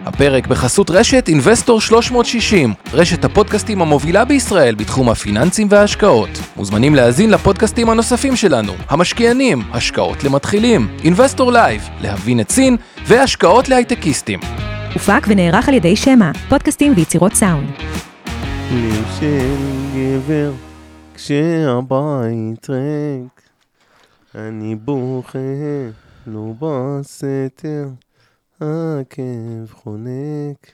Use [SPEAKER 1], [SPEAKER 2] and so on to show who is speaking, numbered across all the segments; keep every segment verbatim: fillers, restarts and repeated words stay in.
[SPEAKER 1] הפרק בחסות רשת אינבסטור שלוש מאות שישים, רשת הפודקאסטים המובילה בישראל בתחום הפיננסים וההשקעות. מוזמנים להאזין לפודקאסטים הנוספים שלנו, המשקיענים, השקעות למתחילים, אינבסטור לייב, להבין את סין, והשקעות להייטקיסטים.
[SPEAKER 2] הופק ונערך על ידי שמה, פודקאסטים ויצירות סאונד.
[SPEAKER 3] ליב של גבר, כשהבית ריק, אני בוכה, לא בסתר, הכאב חונק.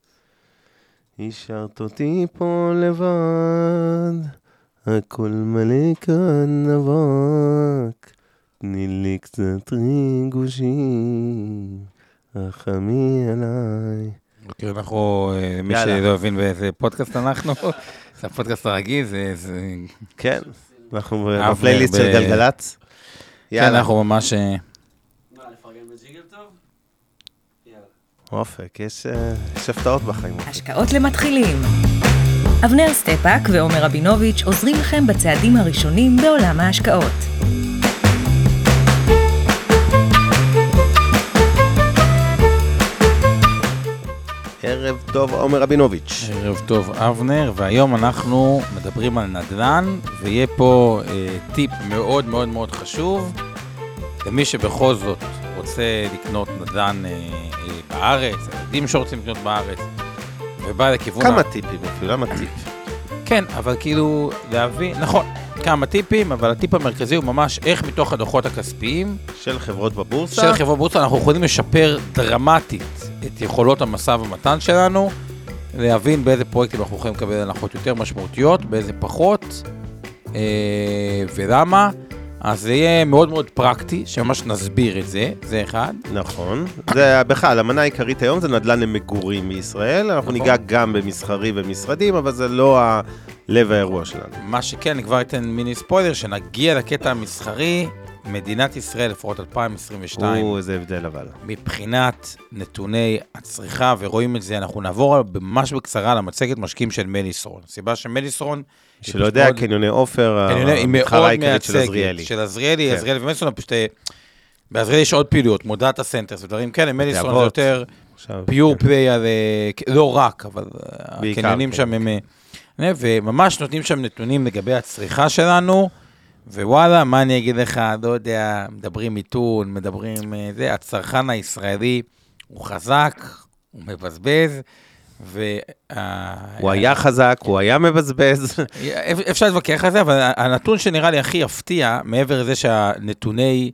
[SPEAKER 3] השארת אותי פה לבד, הכל מלא כאן אבק, תני לי קצת ריגושים, רחמי עליי.
[SPEAKER 4] אוקיי, אנחנו, מי שלא הבין באיזה פודקאסט אנחנו, זה הפודקאסט הרגיל, זה...
[SPEAKER 3] כן, אנחנו בפלייליסט של גלגלצ.
[SPEAKER 4] כן, אנחנו ממש...
[SPEAKER 5] מה, לפרגן בג'יגל טוב? יאללה.
[SPEAKER 3] אופק, יש הפתעות בחיים.
[SPEAKER 2] השקעות למתחילים. אבנר סטפאק ועומר רבינוביץ' עוזרים לכם בצעדים הראשונים בעולם ההשקעות.
[SPEAKER 3] ערב טוב, עומר רבינוביץ'.
[SPEAKER 4] ערב טוב, אבנר, והיום אנחנו מדברים על נדל"ן, ויהיה פה אה, טיפ מאוד מאוד מאוד חשוב, למי שבכל זאת רוצה לקנות נדל"ן אה, אה, בארץ, ילדים שרוצים לקנות בארץ, ובא לכיוון...
[SPEAKER 3] כמה
[SPEAKER 4] ה...
[SPEAKER 3] טיפים אפילו, למה טיפ?
[SPEAKER 4] כן, אבל כאילו להביא, נכון, כמה טיפים, אבל הטיפ המרכזי הוא ממש איך מתוך הדוחות הכספיים
[SPEAKER 3] של חברות בבורסה,
[SPEAKER 4] של חברות בבורסה אנחנו יכולים לשפר דרמטית את יכולות המשא ומתן שלנו, להבין באיזה פרויקטים אנחנו יכולים לקבל הנחות יותר משמעותיות, באיזה פחות, אה, ולמה. אז זה יהיה מאוד מאוד פרקטי, שממש נסביר את זה, זה אחד.
[SPEAKER 3] נכון. זה בכלל, המנה העיקרית היום זה נדל"ן למגורים בישראל, אנחנו ניגע גם במסחרי ומשרדים, אבל זה לא הלב האירוע שלנו.
[SPEAKER 4] מה שכן, אני כבר אתן מיני ספוילר, שנגיע לקטע המסחרי, מדינת ישראל, לפחות אלפיים עשרים ושתיים.
[SPEAKER 3] או, איזה הבדל אבל.
[SPEAKER 4] מבחינת נתוני הצריכה, ורואים את זה, אנחנו נעבור ממש בקצרה למצגת משקיעים של מליסרון. הסיבה שמליסרון...
[SPEAKER 3] שלא יודע, קניוני אופר, המתחרה העיקרית של עזריאלי.
[SPEAKER 4] של עזריאלי, עזריאלי ומליסרון, פשוט... בעזריאלי יש עוד פעילויות, מודעת הסנטרס ודברים כאלה, מליסרון זה יותר פיור פליי, לא רק, אבל הקניונים שם הם... וממש נותנים שם נתונים לגבי הצריכה שלנו, ווואלה, מה אני אגיד לך, לא יודע, מדברים מיתון, מדברים זה, הצרכן הישראלי הוא חזק, הוא מבזבז, ו...
[SPEAKER 3] הוא היה חזק, הוא היה מבזבז.
[SPEAKER 4] אפשר להתווכח על זה, אבל הנתון שנראה לי הכי יפתיע, מעבר לזה שהנתוני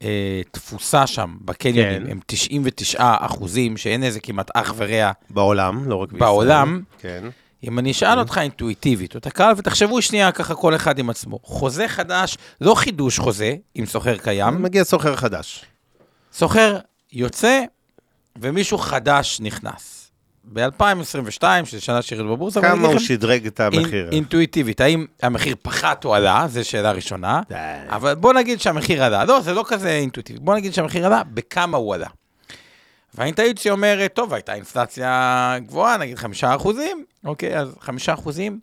[SPEAKER 4] תפוסה שם בקניונים, הם תשעים ותשעה אחוזים, שאין איזה כמעט אח ורע.
[SPEAKER 3] בעולם, לא רק בישראל.
[SPEAKER 4] בעולם.
[SPEAKER 3] כן.
[SPEAKER 4] אם אני אשאל אותך אינטואיטיבית, אותה קהל, ותחשבו שנייה ככה כל אחד עם עצמו. חוזה חדש, לא חידוש חוזה, עם סוחר קיים.
[SPEAKER 3] מגיע סוחר חדש.
[SPEAKER 4] סוחר יוצא, ומישהו חדש נכנס. ב-אלפיים עשרים ושתיים, שזה שנה שירת בבורסה,
[SPEAKER 3] כמה הוא שדרג את המחיר?
[SPEAKER 4] אינטואיטיבית, האם המחיר פחת או עלה, זו שאלה ראשונה. אבל בוא נגיד שהמחיר עלה. לא, זה לא כזה אינטואיטיבי. בוא נגיד שהמחיר עלה, בכמה הוא עלה. והאינטואיציה אומרת, טוב, הייתה אינפלציה גבוהה, נגיד חמישה אחוזים, אוקיי, אז חמישה אחוזים,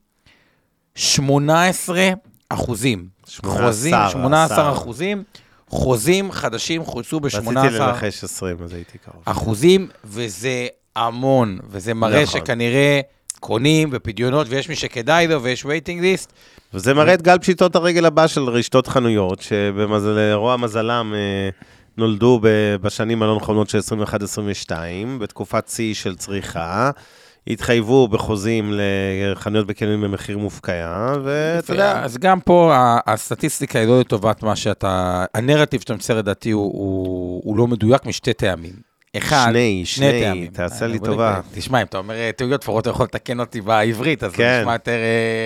[SPEAKER 4] שמונה עשרה אחוזים, חוזים, שמונה עשרה אחוזים, חוזים חדשים חוצו ב-שמונה עשרה.
[SPEAKER 3] רציתי לנחש עשרים, אז הייתי קרוב.
[SPEAKER 4] אחוזים, וזה המון, וזה מראה
[SPEAKER 3] נכון.
[SPEAKER 4] שכנראה קונים ופדיונות, ויש מי שכדאי לו, ויש waiting list.
[SPEAKER 3] וזה מראה את גל פשיטות הרגל הבא של רשתות חנויות, שבמזל, מזלם... נולדו בשנים הלא נכונות של עשרים ואחת עשרים ושתיים, בתקופת שיא של צריכה, התחייבו בחוזים לחנויות בקניונים במחיר מופקע, ואתה יודע...
[SPEAKER 4] אז גם פה הסטטיסטיקה היא לא לטובת מה שאתה... הנרטיב שאתה מצא לדעתי הוא לא מדויק משתי טעמים. אחד,
[SPEAKER 3] שני, שני, תעשה לי טובה.
[SPEAKER 4] תשמע, אם אתה אומר טעויות, לפחות אתה יכול לתקן אותי בעברית, אז זה נשמע יותר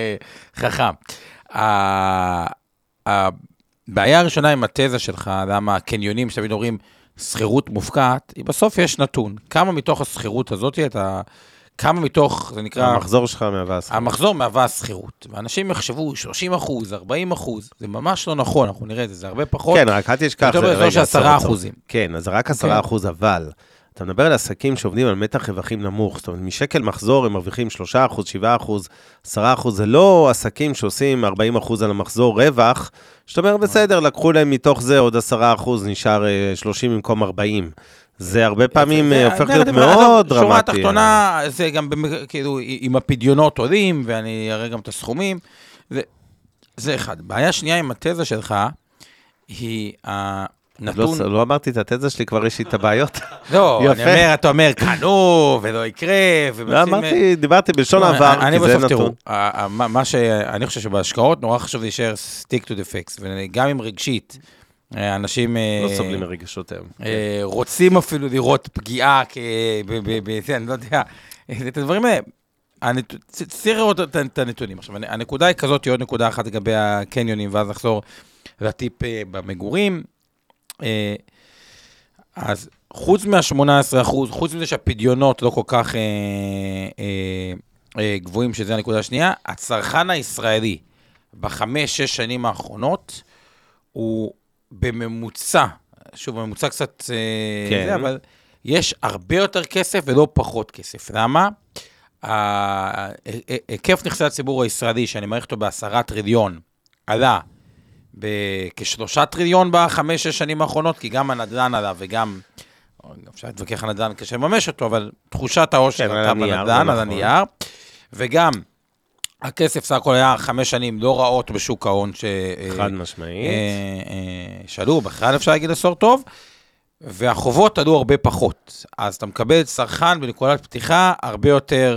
[SPEAKER 4] חכם. הבעיה הראשונה עם התזה שלך, למה הקניונים שתמיד אומרים סחירות מופקעת, היא בסוף יש נתון. כמה מתוך הסחירות הזאת, אתה, כמה מתוך, זה נקרא...
[SPEAKER 3] המחזור שלך מהווה הסחירות.
[SPEAKER 4] המחזור מהווה הסחירות. ואנשים יחשבו שלושים אחוז, ארבעים אחוז, זה ממש לא נכון, אנחנו נראה את זה, זה הרבה פחות.
[SPEAKER 3] כן, רק אל תשכח.
[SPEAKER 4] יותר באזור של עשרה אחוזים.
[SPEAKER 3] כן, אז רק עשרה אחוז, אבל... אתה מדבר על עסקים שעובדים על מתח רווחים נמוך, זאת אומרת, משקל מחזור הם מרוויחים שלושה אחוז, שבעה אחוז, עשרה אחוז, זה לא עסקים שעושים ארבעים אחוז על המחזור רווח, זאת אומרת, בסדר, לקחו להם מתוך זה עוד עשרה אחוז, נשאר שלושים במקום ארבעים. זה הרבה פעמים הופך להיות מאוד דרמטי.
[SPEAKER 4] שורה התחתונה, זה גם כאילו, עם הפדיונות עולים, ואני אראה גם את הסכומים, זה אחד. בעיה שנייה עם התזה שלך, היא הנתון...
[SPEAKER 3] לא אמרתי את התזה שלי, כבר יש לי את הבעיות.
[SPEAKER 4] לא, אני אומר, אתה אומר, קנו, ולא יקרה,
[SPEAKER 3] לא אמרתי, דיברתי בלשון עבר, כי זה נתון.
[SPEAKER 4] מה שאני חושב שבהשקעות, נורא חשוב להישאר stick to the facts, וגם עם רגשית, אנשים...
[SPEAKER 3] לא סובלים מרגשותיהם.
[SPEAKER 4] רוצים אפילו לראות פגיעה, אני לא יודע, את הדברים האלה, צריך לראות את הנתונים. עכשיו, הנקודה היא כזאת, היא עוד נקודה אחת לגבי הקניונים, ואז נחזור לטיפ במגורים. אז חוץ מה-שמונה עשרה אחוז, חוץ מזה שהפדיונות לא כל כך גבוהים, שזה הנקודה השנייה, הצרכן הישראלי בחמש, שש שנים האחרונות, הוא בממוצע, שוב, בממוצע קצת, כן. זה, אבל יש הרבה יותר כסף ולא פחות כסף. למה? היקף נכסי הציבור הישראלי, שאני מעריך אותו בעשרה טריליון, עלה בכשלושה טריליון בחמש, שש שנים האחרונות, כי גם הנדל"ן עלה וגם, אפשר להתווכח הנדל"ן קשה לממש אותו, אבל תחושת העושר
[SPEAKER 3] כן,
[SPEAKER 4] עלתה בנדל"ן, על הנייר, וגם הכסף סך הכל היה חמש שנים לא רעות בשוק ההון ש...
[SPEAKER 3] חד משמעית.
[SPEAKER 4] שעלו, בכלל אפשר להגיד עשור טוב, והחובות עלו הרבה פחות. אז אתה מקבל צרכן בנקודת פתיחה הרבה יותר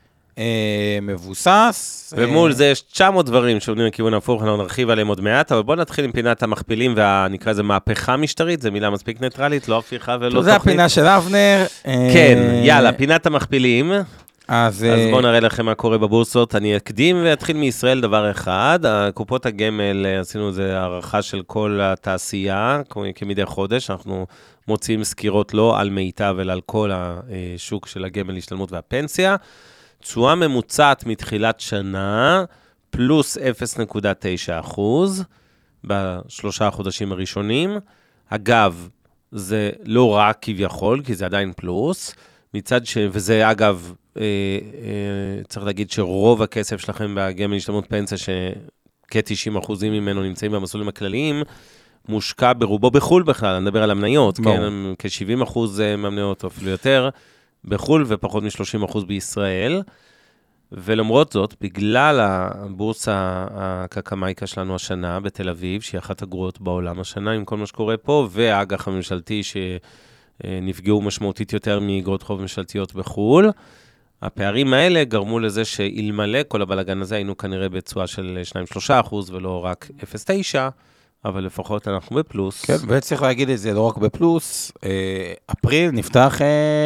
[SPEAKER 4] מבוסס.
[SPEAKER 3] ומול זה יש תשע מאות דברים שעובדים לכיוון הפוך, אנחנו נרחיב עליהם עוד מעט, אבל בואו נתחיל עם פינת המכפילים, ונקרא לזה מהפכה משטרית, זו מילה מספיק ניטרלית, לא הפיכה ולא תוכנית.
[SPEAKER 4] זה הפינה של אבנר.
[SPEAKER 3] כן, יאללה, פינת המכפילים.
[SPEAKER 4] אז,
[SPEAKER 3] אז בואו נראה לכם מה קורה בבורסות. אני אקדים ואתחיל מישראל דבר אחד. קופות הגמל, עשינו איזו הערכה של כל התעשייה, כמדי חודש, אנחנו מוציאים סקירות לא על מיטב, אלא על כל השוק של הגמל, השתלמות והפנסיה. תשואה ממוצעת מתחילת שנה, פלוס אפס נקודה תשע אחוז, בשלושה החודשים הראשונים. אגב, זה לא רק כביכול, כי זה עדיין פלוס. מצד ש... וזה אגב, אה, אה, צריך להגיד שרוב הכסף שלכם בגמל השתלמות פנסיה, שכ-תשעים אחוזים ממנו נמצאים במסלולים הכלליים, מושקע ברובו בחול בכלל, אני מדבר על המניות, כן, כ-שבעים אחוז מהמניות או אפילו יותר, בחול ופחות מ-שלושים אחוז בישראל, ולמרות זאת, בגלל הבורסה הקקמייקה שלנו השנה בתל אביב, שהיא אחת הגרועות בעולם השנה עם כל מה שקורה פה, והאג"ח הממשלתי שנפגעו משמעותית יותר מאגרות חוב ממשלתיות בחול, הפערים האלה גרמו לזה שאלמלא כל הבלגן הזה, היינו כנראה בתשואה של שניים עד שלושה אחוז ולא רק אפס נקודה תשע, אבל לפחות אנחנו בפלוס.
[SPEAKER 4] כן, וצריך להגיד את זה לא רק בפלוס, אפריל נפתח,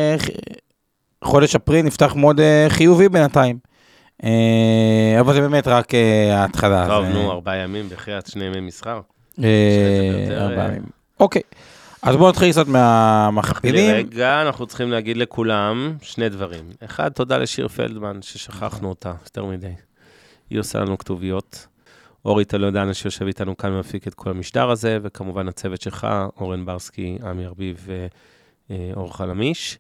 [SPEAKER 4] חודש אפריל נפתח מאוד חיובי בינתיים, אבל זה באמת רק ההתחלה.
[SPEAKER 3] טוב, נו, ארבעה ימים בחיית שני ימי מסחר.
[SPEAKER 4] ארבעה ימים. אוקיי, אז בואו נתחיל קצת מהמכפילים.
[SPEAKER 3] רגע, אנחנו צריכים להגיד לכולם שני דברים. אחד, תודה לשיר פלדמן, ששכחנו אותה, יותר מדי. היא עושה לנו כתוביות. אורי תלודן שיושב איתנו כאן מפיק את כל המשדר הזה, וכמובן הצוות שלך, אורן ברסקי, עמי ארביב ואור חלמיש.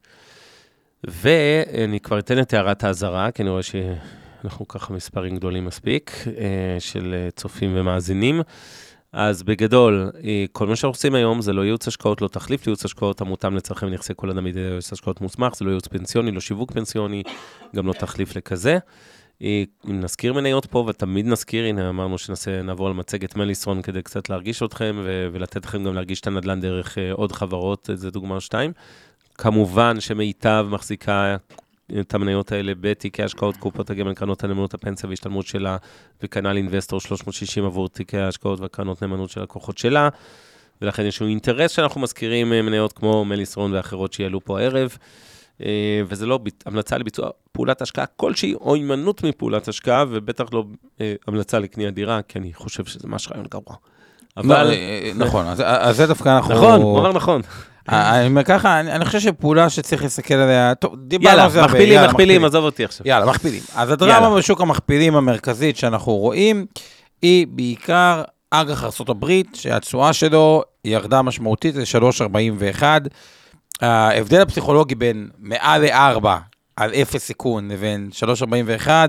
[SPEAKER 3] ואני כבר אתן את הערת ההזרה, כי אני רואה שאנחנו ככה מספרים גדולים מספיק, של צופים ומאזינים. אז בגדול, כל מה שאנחנו עושים היום זה לא ייעוץ השקעות, לא תחליף לייעוץ השקעות, המותאם לצרכם ונכסי כל אדם בידי ייעוץ השקעות מוסמך, זה לא ייעוץ פנסיוני, לא שיווק פנסיוני, גם לא תחליף לכזה. אם נזכיר מניות פה, ותמיד נזכיר, הנה אמרנו שנעבור על מצגת מליסרון כדי קצת להרגיש אתכם, ו- ולתת לכם גם להרגיש את הנדל"ן דרך uh, עוד חברות, זה דוגמה שתיים. כמובן שמיטב מחזיקה את המניות האלה בתיקי השקעות, קופות הגמל, קרנות הנאמנות הפנסיה והשתלמות שלה, וכנל אינבסטור שלוש מאות שישים עבור תיקי ההשקעות והקרנות נאמנות של לקוחות שלה, ולכן יש לנו אינטרס שאנחנו מזכירים מניות כמו מליסרון ואחרות שיעלו פה הערב, וזה לא המלצה לביצוע פעולת השקעה כלשהי, או הימנעות מפעולת השקעה, ובטח לא המלצה לקניית דירה, כי אני חושב שזה ממש רעיון גרוע.
[SPEAKER 4] אבל... נכון, אז זה דווקא אנחנו...
[SPEAKER 3] נכון, הוא אומר נכון.
[SPEAKER 4] אני אומר ככה, אני חושב שפעולה שצריך להסתכל עליה...
[SPEAKER 3] יאללה, מכפילים, מכפילים, עזוב אותי עכשיו.
[SPEAKER 4] יאללה, מכפילים. אז הדרמה בשוק המכפילים המרכזית שאנחנו רואים, היא בעיקר אג"ח ארצות הברית, שהתשואה שלו ירדה משמעותית ל-שלוש נקודה ארבעים ואחת, ההבדל הפסיכולוגי בין מעל ל-ארבע על אפס סיכון לבין שלוש נקודה ארבעים ואחת,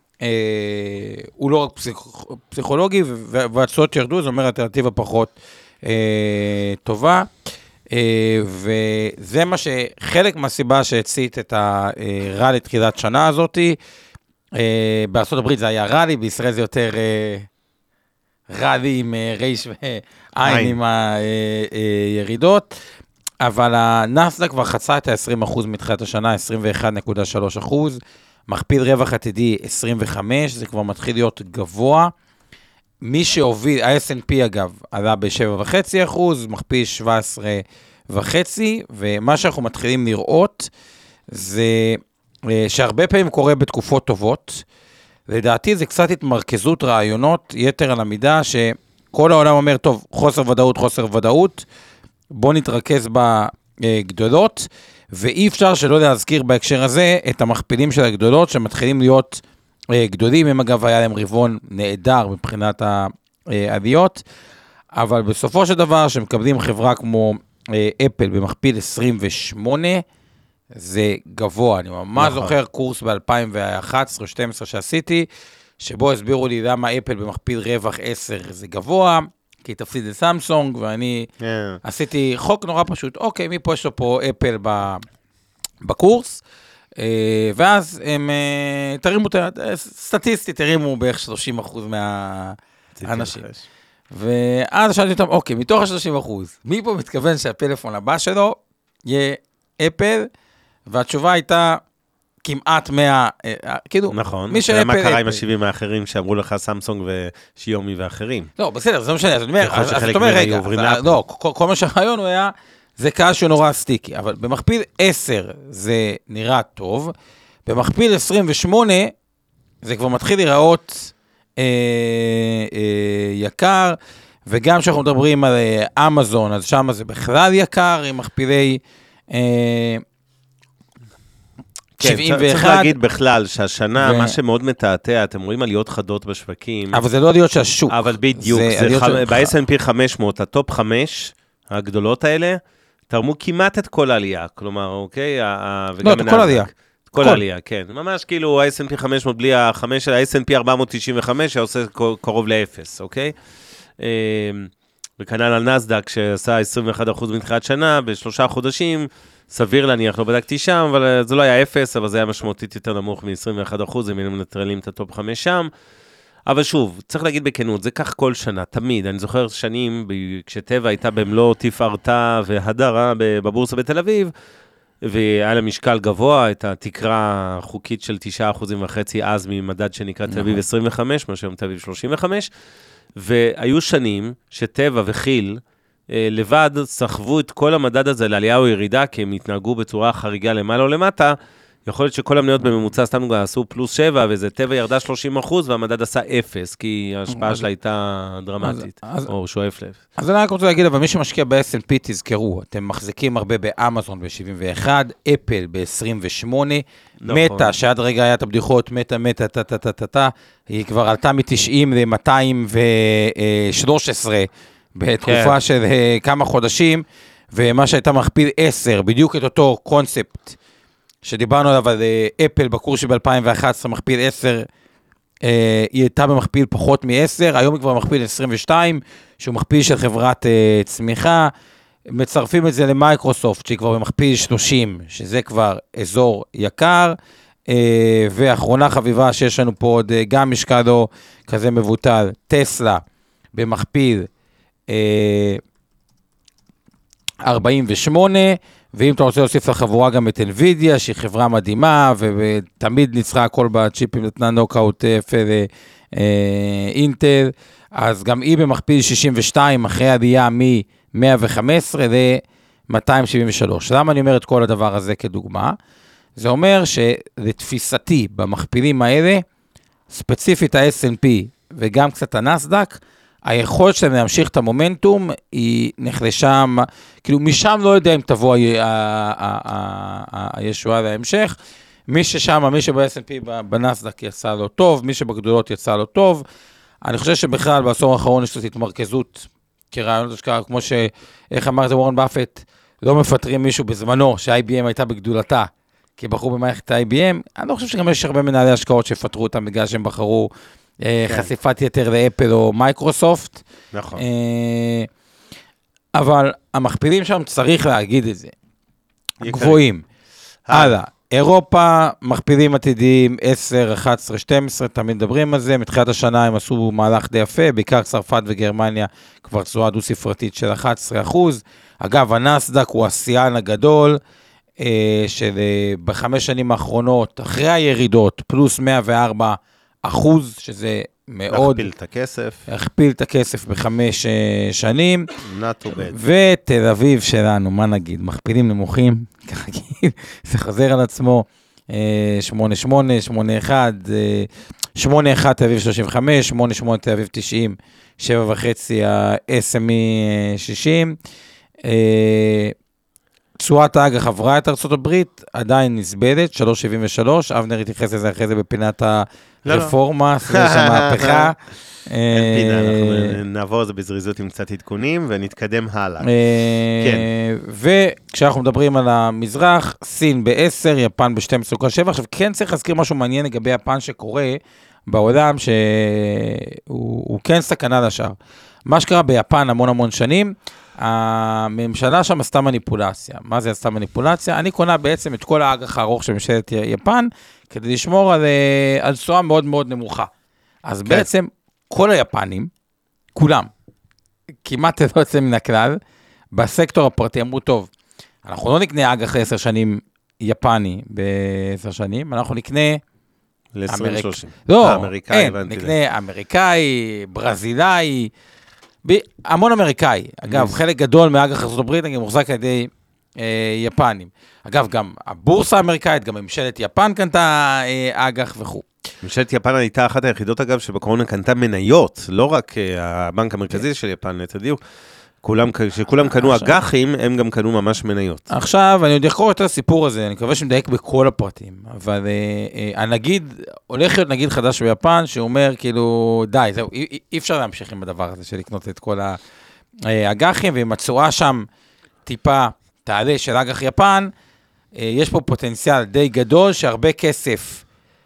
[SPEAKER 4] הוא לא רק פסיכולוגי, והתשואות ירדו, זאת אומרת, אלטרנטיבה פחות טובה. וזה מה שחלק מהסיבה שהצית את הרע לתחילת שנה הזאת. בארצות הברית זה היה רלי, בישראל זה יותר רלי עם ריש ועין עם הירידות, אבל הנסדק כבר חצה את ה-עשרים אחוז מתחילת השנה, עשרים ואחד נקודה שלוש אחוז, מכפיל רווח עתידי עשרים וחמש, זה כבר מתחיל להיות גבוה. מי שהוביל, ה-אס אנד פי אגב, עלה ב-שבע נקודה חמש אחוז, מכפיל שבע עשרה וחצי, ומה שאנחנו מתחילים לראות, זה שהרבה פעמים קורה בתקופות טובות, לדעתי זה קצת התמרכזות רעיונות, יתר על המידה, שכל העולם אומר, טוב, חוסר ודאות, חוסר ודאות, בוא נתרכז בגדולות, ואי אפשר שלא להזכיר בהקשר הזה, את המכפילים של הגדולות, שמתחילים להיות גדולים, הם אגב היה להם רבעון נהדר, מבחינת העליות, אבל בסופו של דבר, שמקבלים חברה כמו אפל, במכפיל עשרים ושמונה, זה גבוה, אני ממש זוכר קורס ב-אלפיים ואחת עשרה שתים עשרה שעשיתי, שבו הסבירו לי למה אפל במכפיל רווח עשר זה גבוה, כי תפסיד לסמסונג, ואני עשיתי חוק נורא פשוט, אוקיי, מי פה יש לו פה אפל בקורס, ואז הם תרימו, סטטיסטית תרימו בערך שלושים אחוז מהאנשים. ואז שאלתי אותם, אוקיי, מתוך ה-שלושים אחוז, מי פה מתכוון שהפלאפון הבא שלו יהיה אפל, והתשובה הייתה כמעט מאה, כאילו,
[SPEAKER 3] נכון, מה קרה עם ה-שבעים האחרים שאמרו לך סמסונג ושיומי ואחרים?
[SPEAKER 4] לא, בסדר, זה לא משנה, אז זאת אומרת, רגע, לא, כל מה שהרעיון הוא היה, זה קהל שהוא נורא סטיקי, אבל במכפיל עשר זה נראה טוב, במכפיל עשרים ושמונה זה כבר מתחיל להיראות יקר, וגם כשאנחנו מדברים על אמזון, אז שם זה בכלל יקר, עם מכפילי שבעים ואחת.
[SPEAKER 3] צריך להגיד בכלל שהשנה, מה שמאוד מתעתע, אתם רואים עליות חדות בשווקים.
[SPEAKER 4] אבל זה לא עליות של השוק.
[SPEAKER 3] אבל בדיוק, ב-אס אנד פי חמש מאות, הטופ חמש, הגדולות האלה, תרמו כמעט את כל העלייה, כלומר, אוקיי?
[SPEAKER 4] לא, את כל העלייה.
[SPEAKER 3] כל העלייה, כן. ממש כאילו ה-אס אנד פי חמש מאות בלי ה-חמש של ה-אס אנד פי ארבע מאות תשעים וחמש, שעושה קרוב ל-אפס, אוקיי? וכנ"ל על נסדק, שעשה עשרים ואחד אחוז מתחילת שנה, בשלושה חודשים, סביר להניח, לא בדקתי שם, אבל זה לא היה אפס, אבל זה היה משמעותית יותר נמוך מ-עשרים ואחד אחוז, אם היינו מנטרלים את הטופ חמש שם. אבל שוב, צריך להגיד בכנות, זה כך כל שנה, תמיד. אני זוכר שנים, כשטבע הייתה במלוא תפארתה והדרה בבורסה בתל אביב, והיה לה משקל גבוה, את התקרה החוקית של תשעה אחוזים וחצי, אז ממדד שנקרא תל אביב עשרים וחמש, מה שהיום תל אביב שלושים וחמש, והיו שנים שטבע וחיל, לבד סחבו את כל המדד הזה לעלייה או ירידה, כי הם התנהגו בצורה חריגה למעלה או למטה, יכול להיות שכל המניות בממוצע סתם עשו פלוס שבע, וזה טבע ירדה שלושים אחוז, והמדד עשה אפס, כי ההשפעה שלה הייתה דרמטית, או שואף לב.
[SPEAKER 4] אז אני רק רוצה להגיד, אבל מי שמשקיע ב-אס אנד פי, תזכרו, אתם מחזיקים הרבה באמזון ב-שבעים ואחת, אפל ב-עשרים ושמונה, מטה, שעד רגע היה את הבדיחות, מטה, מטה, טה, טה, טה, טה, טה, היא כבר עלתה מ-תשעים ל-מאתיים ושלוש עשרה, בתקופה של כמה חודשים, ומה שהייתה מכפיל עשר, בדיוק את אותו קונספט, שדיברנו עליו על אפל בקורס שב-אלפיים ואחת עשרה מכפיל עשר, היא הייתה במכפיל פחות מ-עשר, היום היא כבר מכפיל עשרים ושתיים, שהוא מכפיל של חברת צמיחה, מצרפים את זה למייקרוסופט, שהיא כבר במכפיל שלושים, שזה כבר אזור יקר, ואחרונה חביבה שיש לנו פה עוד גם משקל לא כזה מבוטל, טסלה במכפיל ארבעים ושמונה, ואם אתה רוצה להוסיף לחבורה גם את NVIDIA, שהיא חברה מדהימה, ותמיד ניצחה הכל בצ'יפים, נתנה נוקאוט אינטל, אז גם היא במכפיל שישים ושתיים, אחרי עלייה מ-מאה וחמש עשרה ל-מאתיים שבעים ושלוש. למה אני אומר את כל הדבר הזה כדוגמה? זה אומר שלתפיסתי, במכפילים האלה, ספציפית ה-אס אנד פי וגם קצת הנסדק, היכולת שלהם להמשיך את המומנטום, היא נחלשה, כאילו משם לא יודע אם תבוא הישועה להמשך, מי ששם, מי שב-אס אנד פי בנסדק יצא לו טוב, מי שבגדולות יצא לו טוב, אני חושב שבכלל בעשור האחרון יש קצת התמרכזות, כרעיונות השקעה, כמו שאיך אמר זה וורן באפט, לא מפטרים מישהו בזמנו, ש-איי בי אם הייתה בגדולתה, כי בחרו במערכת ה-איי בי אם, אני לא חושב שגם יש הרבה מנהלי השקעות שפטרו אותם, בגלל שהם בחרו חשיפת יתר לאפל או מייקרוסופט.
[SPEAKER 3] נכון.
[SPEAKER 4] אבל המכפילים שם צריך להגיד את זה. גבוהים. הלאה. אירופה, מכפילים עתידיים עשר, אחת עשרה, שתים עשרה, תמיד מדברים על זה, מתחילת השנה הם עשו מהלך די יפה, בעיקר צרפת וגרמניה כבר תשואה דו-ספרתית של אחת עשרה אחוז. אגב, הנסדק הוא השיאן הגדול, של בחמש שנים האחרונות, אחרי הירידות, פלוס מאה וארבע אחוז, שזה מאוד...
[SPEAKER 3] להכפיל את הכסף.
[SPEAKER 4] להכפיל את הכסף בחמש שנים.
[SPEAKER 3] not too bad.
[SPEAKER 4] ותל אביב שלנו, מה נגיד? מכפילים נמוכים, כרגיל, זה חוזר על עצמו, שמונה שמונה, שמונה אחת, שמונה אחת תל אביב שלושים וחמש, שמונה שמונה תל אביב תשעים, שבע וחצי ה-אס אם אי שישים, תשואת האג"ח עברה את ארצות הברית, עדיין נסבלת, שלוש שבעים ושלוש, אבנר התייחס לזה אחרי זה בפינת הרפורמה, סלש המהפכה.
[SPEAKER 3] אין פינה, אנחנו נעבור על זה בזריזות עם קצת עדכונים, ונתקדם הלאה.
[SPEAKER 4] וכשאנחנו מדברים על המזרח, סין ב-עשר, יפן ב-שתים עשרה נקודה שבע, עכשיו כן צריך להזכיר משהו מעניין לגבי יפן שקורה בעולם, שהוא כן סכנה לשאר. מה שקרה ביפן המון המון שנים, הממשלה שם עשתה מניפולציה. מה זה עשתה מניפולציה? אני קונה בעצם את כל האג"ח הארוך של ממשלת יפן, כדי לשמור על, על תשואה מאוד מאוד נמוכה. אז כן. בעצם כל היפנים, כולם, כמעט לא יוצא מן הכלל, בסקטור הפרטי אמרו, טוב, אנחנו לא נקנה אג"ח עשר שנים יפני בעשר שנים, אנחנו נקנה...
[SPEAKER 3] ל-עשרים שלושים.
[SPEAKER 4] לא, אין, נקנה אמריקאי, ברזילאי, המון אמריקאי. אגב, חלק גדול מאג"ח ארצות הברית, גם מוחזק על ידי יפנים. אגב, גם הבורסה האמריקאית, גם ממשלת יפן קנתה אג"ח וכו'.
[SPEAKER 3] ממשלת יפן הייתה אחת היחידות, אגב, שבקורונה קנתה מניות, לא רק הבנק המרכזי של יפן, לתדיוק. כשכולם קנו אג"חים, הם גם קנו ממש מניות.
[SPEAKER 4] עכשיו, אני עוד אחקור את הסיפור הזה, אני מקווה שמדייק בכל הפרטים, אבל הנגיד, הולך להיות נגיד חדש ביפן, שאומר כאילו, די, זהו, אי אפשר להמשיך עם הדבר הזה, של לקנות את כל האג"חים, ועם התשואה שם טיפה תעלה של אג"ח יפן, יש פה פוטנציאל די גדול, שהרבה כסף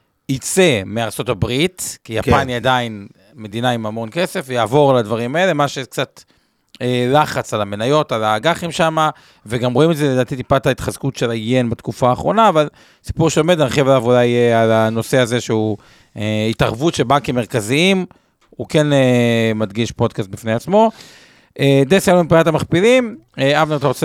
[SPEAKER 4] יצא מארצות הברית, כי יפן היא עדיין מדינה עם המון כסף, ויעבור לדברים האלה, מה שקצת... לחץ על המניות, על האג"חים שם, וגם רואים את זה לדעתי טיפת ההתחזקות של היין בתקופה האחרונה, אבל סיפור שעומד, נרחיב עליו אולי על הנושא הזה שהוא אה, התערבות של בנקים מרכזיים, הוא כן אה, מדגיש פודקאסט בפני עצמו. אה, דסי עלינו מפריעת המכפילים, אה, אבנר, אתה רוצה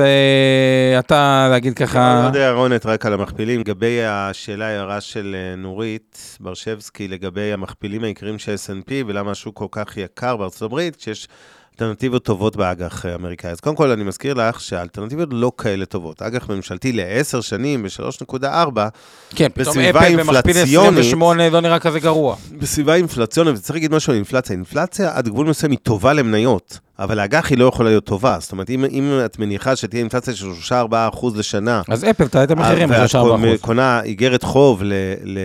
[SPEAKER 4] אתה להגיד ככה...
[SPEAKER 3] לא יודע, רונת, רק על המכפילים, לגבי השאלה הערה של נורית ברשבסקי, לגבי המכפילים העיקריים של אס אנד פי, ולמה השוק כל כך יקר בארצות הברית, כשיש... אלטרנטיבות טובות באג"ח אמריקאי. אז קודם כל אני מזכיר לך שהאלטרנטיבות לא כאלה טובות. אג"ח ממשלתי לעשר שנים ב-שלוש נקודה ארבע,
[SPEAKER 4] כן, פתאום אפל במכפיל עשרים ושמונה לא נראה כזה גרוע.
[SPEAKER 3] בסביבה אינפלציונית, וצריך להגיד משהו על אינפלציה. אינפלציה עד גבול מסוים היא טובה למניות, אבל האג"ח היא לא יכולה להיות טובה. זאת אומרת, אם, אם את מניחה שתהיה אינפלציה של שלושה עד ארבעה אחוז לשנה,
[SPEAKER 4] אז אפל תעלה את המחירים ב-שלושה עד ארבעה אחוז.
[SPEAKER 3] ואת קונה איגרת חוב ל... ל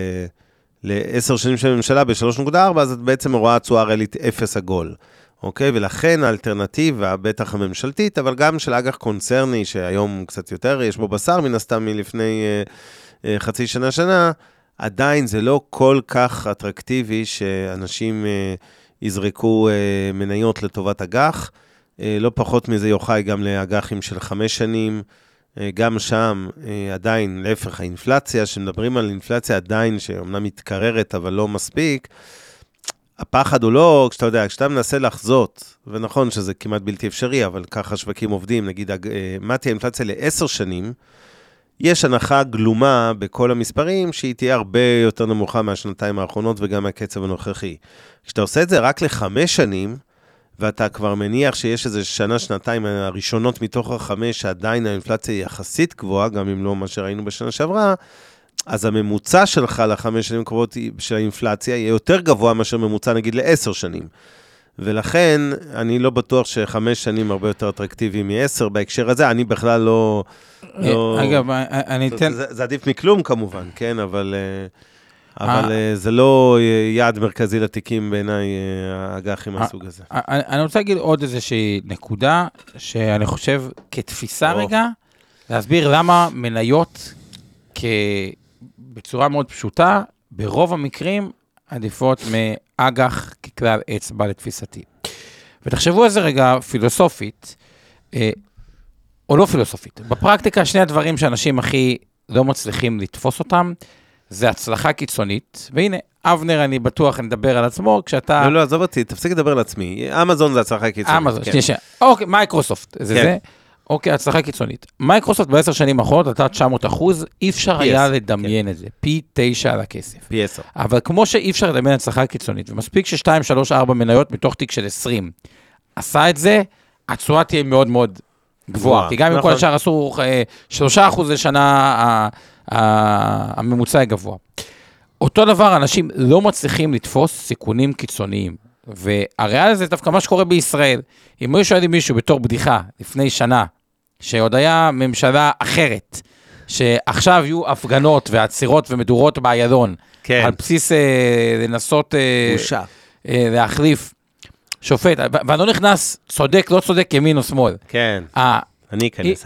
[SPEAKER 3] לעשר שנים של הממשלה ב-שלוש נקודה ארבע, אז את בעצם רואה תשואה ריאלית אפס עגול. אוקיי, ולכן האלטרנטיבה, בטח הממשלתית, אבל גם של אג"ח קונצרני, שהיום קצת יותר יש בו בשר, מן הסתם מלפני אה, אה, חצי שנה, שנה, עדיין זה לא כל כך אטרקטיבי שאנשים אה, יזרקו אה, מניות לטובת אג"ח, אה, לא פחות מזה יוחאי גם לאג"חים של חמש שנים, אה, גם שם אה, עדיין, להפך האינפלציה, שמדברים על אינפלציה עדיין, שאומנם מתקררת אבל לא מספיק, הפחד הוא לא, כשאתה יודע, כשאתה מנסה לחזות, ונכון שזה כמעט בלתי אפשרי, אבל ככה שווקים עובדים, נגיד, מה תהיה אינפלציה לעשר שנים, יש הנחה גלומה בכל המספרים, שהיא תהיה הרבה יותר נמוכה מהשנתיים האחרונות, וגם מהקצב הנוכחי. כשאתה עושה את זה רק לחמש שנים, ואתה כבר מניח שיש איזה שנה, שנתיים הראשונות מתוך החמש, שעדיין האינפלציה היא יחסית גבוהה, גם אם לא מה שראינו בשנה שעברה, אז הממוצע שלך לחמש שנים קרובות של האינפלציה יהיה יותר גבוה מאשר ממוצע נגיד לעשר שנים. ולכן אני לא בטוח שחמש שנים הרבה יותר אטרקטיבי מעשר בהקשר הזה, אני בכלל לא...
[SPEAKER 4] אגב, אני אתן...
[SPEAKER 3] זה עדיף מכלום כמובן, כן, אבל... אבל זה לא יעד מרכזי לתיקים בעיניי האג"חים מהסוג הזה.
[SPEAKER 4] אני רוצה להגיד עוד איזושהי נקודה, שאני חושב כתפיסה רגע, להסביר למה מניות כ... בצורה מאוד פשוטה, ברוב המקרים עדיפות מאג"ח ככלל אצבע לתפיסתי. ותחשבו על זה רגע פילוסופית, או לא פילוסופית. בפרקטיקה, שני הדברים שאנשים הכי לא מצליחים לתפוס אותם, זה הצלחה קיצונית, והנה, אבנר, אני בטוח נדבר על עצמו, כשאתה...
[SPEAKER 3] לא, לא, עזוב אותי, תפסיק לדבר על עצמי. אמזון זה הצלחה קיצונית.
[SPEAKER 4] אמזון, שנייה, שנייה. אוקיי, מייקרוסופט, זה זה. אוקיי, הצלחה קיצונית. מייקרוסופט בעשר שנים האחרונות, אתה תשע מאות אחוז, אי אפשר היה לדמיין את זה. פי תשע על הכסף.
[SPEAKER 3] פי עשר.
[SPEAKER 4] אבל כמו שאי אפשר לדמיין הצלחה קיצונית, ומספיק ששתיים, שלוש, ארבע מניות מתוך תיק של עשרים, עשה את זה, התשואה תהיה מאוד מאוד גבוהה. כי גם אם כל השאר עשו שלושה אחוז לשנה, הממוצע היא גבוה. אותו דבר, אנשים לא מצליחים לתפוס סיכונים קיצוניים, והריאל זה דווקא מה שקורה בישראל. אם היו שואלים מישהו בתור בדיחה לפני שנה, שעוד היה ממשלה אחרת, שעכשיו יהיו הפגנות ועצירות ומדורות באיילון, כן. על בסיס אה, לנסות אה, אה, להחליף שופט, ואני לא נכנס צודק, לא צודק, ימין או שמאל.
[SPEAKER 3] כן,
[SPEAKER 4] ה-
[SPEAKER 3] אני אכנס.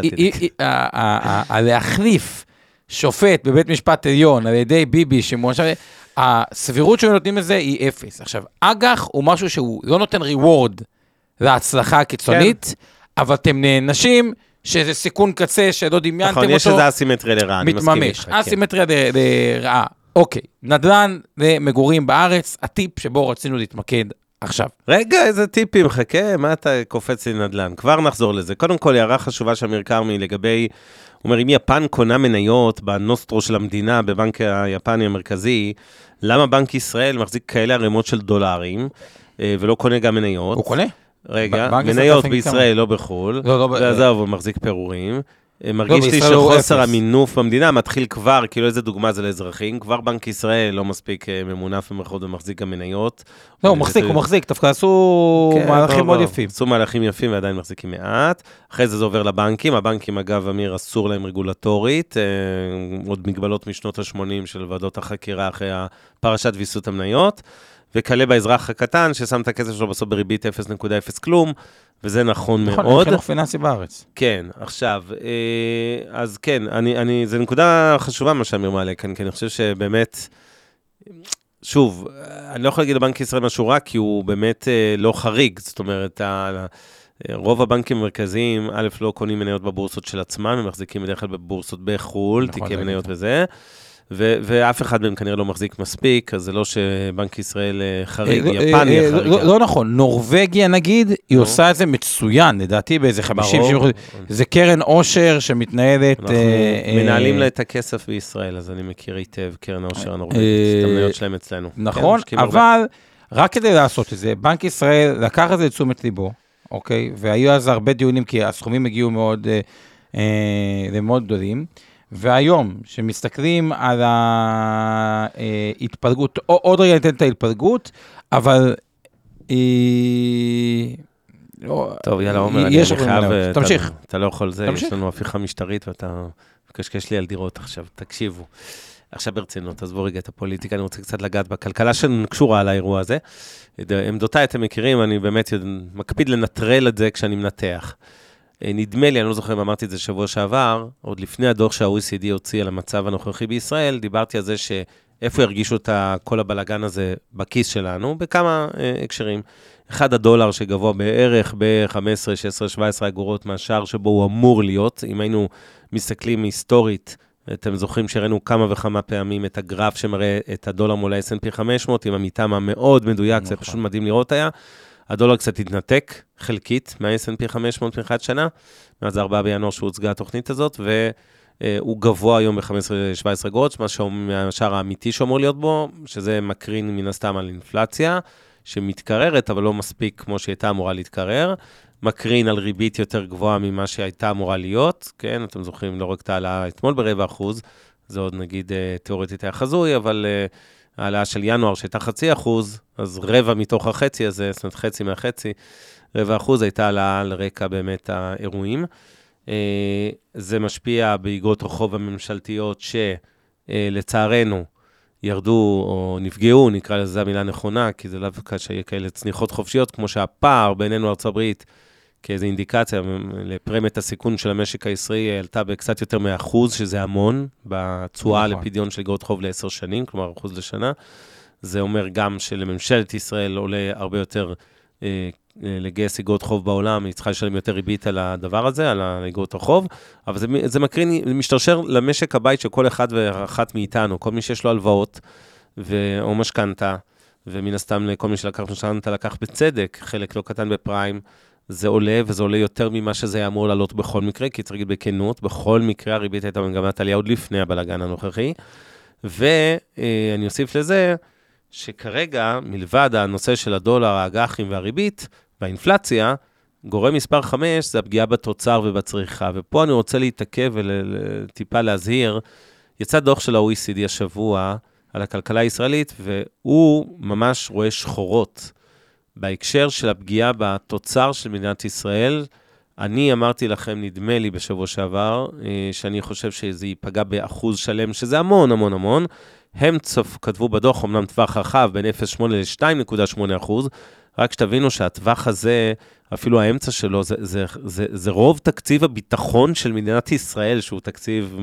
[SPEAKER 4] להחליף שופט בבית משפט עליון, על ידי ביבי, שמואשם, הסבירות שהוא נותנים לזה היא אפס. עכשיו, אג"ח הוא משהו שהוא לא נותן ריוורד להצלחה הקיצונית, כן. אבל אתם נענשים שזה סיכון קצה שלא דמיינתם
[SPEAKER 3] נכון,
[SPEAKER 4] אותו.
[SPEAKER 3] נכון, יש שזה אסימטריה לרעה, אני מסכים
[SPEAKER 4] מתממש. אסימטריה כן. לרעה. אוקיי, נדל"ן למגורים בארץ, הטיפ שבו רצינו להתמקד עכשיו.
[SPEAKER 3] רגע, איזה טיפים, חכה, מה אתה קופץ לי נדל"ן? כבר נחזור לזה. קודם כל, הערה חשובה של אמיר כרמי לגבי, הוא אומר, אם יפן קונה מניות בנוסטרו של המדינה, בבנק היפני המרכזי, למה בנק ישראל מחזיק כאלה ערימות של דולרים, ולא קונה גם מניות?
[SPEAKER 4] הוא קונה?
[SPEAKER 3] רגע, מניות בישראל, לא בחול.
[SPEAKER 4] לא, לא,
[SPEAKER 3] ועזוב, הוא מחזיק פירורים. מרגיש לי שחוסר המינוף במדינה מתחיל כבר, כאילו איזה דוגמה זה לאזרחים, כבר בנק ישראל לא מספיק ממונף במרכאות ומחזיק גם מניות.
[SPEAKER 4] לא, הוא מחזיק, הוא מחזיק, דווקא עשו מהלכים מאוד יפים.
[SPEAKER 3] עשו מהלכים יפים ועדיין מחזיקים מעט. אחרי זה זה עובר לבנקים, הבנקים אגב, אמיר, אסור להם רגולטורית, עוד מגבלות משנות ה-שמונים של ועדות החקירה אחרי הפרשת ויסות המניות, וכלה באזרח הקטן ששם את הכסף שלו בסוף בריבית אפס נקודה אפס כלום, וזה נכון מאוד.
[SPEAKER 4] נכון, חינוך פיננסי בארץ.
[SPEAKER 3] כן, עכשיו, אז כן, אני, אני, זה נקודה חשובה מה שאמיר מעלה כאן, כי אני חושב שבאמת, שוב, אני לא יכול להגיד לבנק ישראל משהו רע, כי הוא באמת לא חריג, זאת אומרת, רוב הבנקים המרכזיים, א', לא קונים מניות בבורסות של עצמם, הם מחזיקים בדרך כלל בבורסות בחול, תיקי מניות וזה, ו- ואף אחד מהם כנראה לא מחזיק מספיק, אז זה לא שבנק ישראל חריג, יפן יהיה חריג.
[SPEAKER 4] לא נכון, נורווגיה נגיד, היא עושה את זה מצוין, לדעתי באיזה חמישים שישים אחוז, זה קרן עושר שמתנהלת...
[SPEAKER 3] אנחנו מנהלים לה את הכסף בישראל, אז אני מכיר היטב קרן העושר הנורווגית, את המניות שלהם אצלנו.
[SPEAKER 4] נכון, אבל רק כדי לעשות את זה, בנק ישראל לקח את זה לתשומת ליבו, אוקיי, והיו אז הרבה דיונים, כי הסכומים הגיעו מאוד גדולים, והיום, שמסתכלים על ההתפלגות, עוד רגע ניתן את ההתפלגות, אבל...
[SPEAKER 3] טוב, יאללה, עומר, אני חייב... תמשיך. אתה לא יכול זה, יש לנו הפיכה משטרית, ואתה מקשקש לי על דירות עכשיו, תקשיבו. עכשיו ברצינות, אז בוא רגע את הפוליטיקה, אני רוצה קצת לגעת בכלכלה שקשורה על האירוע הזה. עמדותיי, אתם מכירים, אני באמת מקפיד לנטרל את זה כשאני מנתח. נדמה לי, אני לא זוכר אם אמרתי את זה שבוע שעבר, עוד לפני הדוח שה-או אי סי די הוציא על המצב הנוכחי בישראל, דיברתי על זה שאיפה ירגישו את כל הבלגן הזה בכיס שלנו, בכמה הקשרים. אחד הדולר שגבוה בערך ב-חמש עשרה, שש עשרה, שבע עשרה אגורות מהשאר שבו הוא אמור להיות, אם היינו מסתכלים היסטורית, אתם זוכרים שראינו כמה וכמה פעמים את הגרף שמראה את הדולר מול ה-אס אנד פי חמש מאות, עם המיטם המאוד מדויק, זה פשוט מדהים לראות היה. הדולר קצת התנתק חלקית מה-אס אנד פי חמש מאות מלכת שנה, מאז ארבעה בינואר שהוצגה התוכנית הזאת, והוא גבוה היום ב-חמש עשרה שבע עשרה אגורות, מה שהשאר האמיתי שאמור להיות בו, שזה מקרין מן הסתם על אינפלציה, שמתקררת, אבל לא מספיק כמו שהייתה אמורה להתקרר, מקרין על ריבית יותר גבוהה ממה שהייתה אמורה להיות, כן, אתם זוכרים, לא רק את העלה אתמול ברבע אחוז, זה עוד נגיד תיאורטית היה חזוי, אבל העלה של ינואר שהייתה חצי אחוז, אז רבע מתוך החצי הזה, זאת אומרת חצי מהחצי, רבע אחוז הייתה העלה על רקע באמת האירועים. זה משפיע באגרות החוב הממשלתיות שלצערנו ירדו או נפגעו, נקרא לזה המילה נכונה, כי זה לא שיהיה כאלה צניחות חופשיות, כמו שהפער בינינו ארצות הברית, כאיזו אינדיקציה לפרמיית הסיכון של המשק הישראלי, העלתה בקצת יותר מאחוז, שזה המון, בצועה לפדיון של אגרות חוב לעשר שנים, כלומר אחוז לשנה. זה אומר גם שלממשלת ישראל עולה הרבה יותר אה, לגייס איגרות חוב בעולם, היא צריכה לשלם יותר ריבית על הדבר הזה, על איגרות החוב, אבל זה, זה מקרין, זה משתרשר למשק הבית של כל אחד ואחת מאיתנו, כל מי שיש לו הלוואות, או משכנתה, ומן הסתם לכל מי שלקח משכנתה לקח בצדק, חלק לא קטן בפריים, זה עולה, וזה עולה יותר ממה שזה היה אמור לעלות בכל מקרה, כי צריך להגיד בכנות, בכל מקרה הריבית הייתה במגמת עלייה עוד לפני הבלגן הנוכחי, ואני אוסיף לזה, שכרגע, מלבד הנושא של הדולר, האג"חים והריבית, והאינפלציה, גורם מספר חמש, זה הפגיעה בתוצר ובצריכה, ופה אני רוצה להתעכב וטיפה להזהיר, יצא דוח של ה-או אי סי די השבוע, על הכלכלה הישראלית, והוא ממש רואה שחורות, בהקשר של הפגיעה בתוצר של מדינת ישראל, אני אמרתי לכם, נדמה לי בשבוע שעבר, שאני חושב שזה ייפגע באחוז שלם, שזה המון המון המון, הם צוף, כתבו בדוח, אמנם טווח רחב, בין אפס נקודה שמונה ל-שתיים נקודה שמונה אחוז, רק שתבינו שהטווח הזה, אפילו האמצע שלו, זה, זה, זה, זה רוב תקציב הביטחון של מדינת ישראל, שהוא תקציב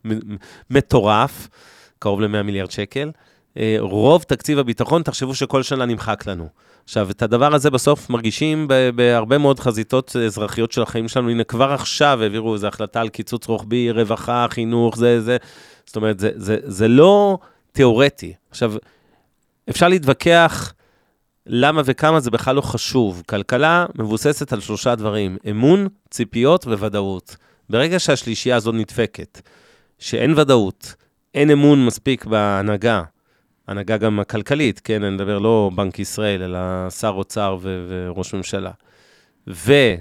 [SPEAKER 3] מטורף, קרוב ל-מאה מיליארד שקל, רוב תקציב הביטחון, תחשבו שכל שנה נמחק לנו. עכשיו, את הדבר הזה בסוף מרגישים בהרבה מאוד חזיתות אזרחיות של החיים שלנו, הנה כבר עכשיו העבירו איזו החלטה על קיצוץ רוחבי, רווחה, חינוך, זה, זה, זאת אומרת, זה, זה, זה לא תיאורטי. עכשיו, אפשר להתווכח למה וכמה זה בכלל לא חשוב. כלכלה מבוססת על שלושה דברים, אמון, ציפיות וודאות. ברגע שהשלישייה הזאת נדפקת, שאין ודאות, אין אמון מספיק בהנהגה, הנהגה גם הכלכלית, כן, אני מדבר לא בנק ישראל, אלא שר אוצר ו- וראש ממשלה. ואין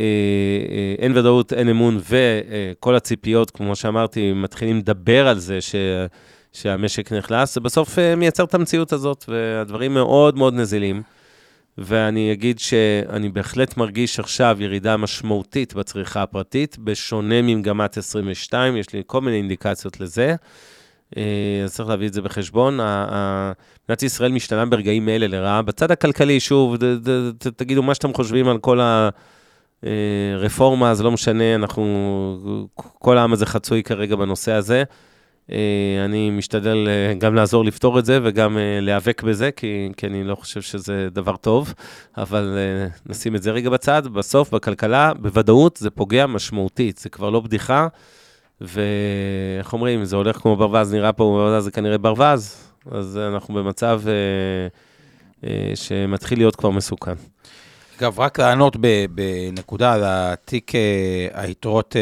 [SPEAKER 3] ודאות, אין אמון, וכל הציפיות, כמו שאמרתי, מתחילים לדבר על זה ש- שהמשק נחלס, בסוף מייצר את המציאות הזאת, והדברים מאוד מאוד נזילים. ואני אגיד שאני בהחלט מרגיש עכשיו ירידה משמעותית בצריכה הפרטית, בשונה ממגמת עשרים ושתיים, יש לי כל מיני אינדיקציות לזה, אז צריך להביא את זה בחשבון. מדינת ישראל משתנה ברגעים האלה לרעה. בצד הכלכלי, שוב, תגידו מה שאתם חושבים על כל הרפורמה, זה לא משנה, אנחנו, כל העם הזה חצוי כרגע בנושא הזה. אני משתדל גם לעזור לפתור את זה, וגם להיאבק בזה, כי, כי אני לא חושב שזה דבר טוב, אבל נשים את זה רגע בצד. בסוף, בכלכלה, בוודאות, זה פוגע משמעותית, זה כבר לא בדיחה, ואיך אומרים, זה הולך כמו ברווז, נראה פה, זה כנראה ברווז, אז אנחנו במצב אה, אה, שמתחיל להיות כבר מסוכן.
[SPEAKER 4] אגב, רק לענות בנקודה על התיק היתרות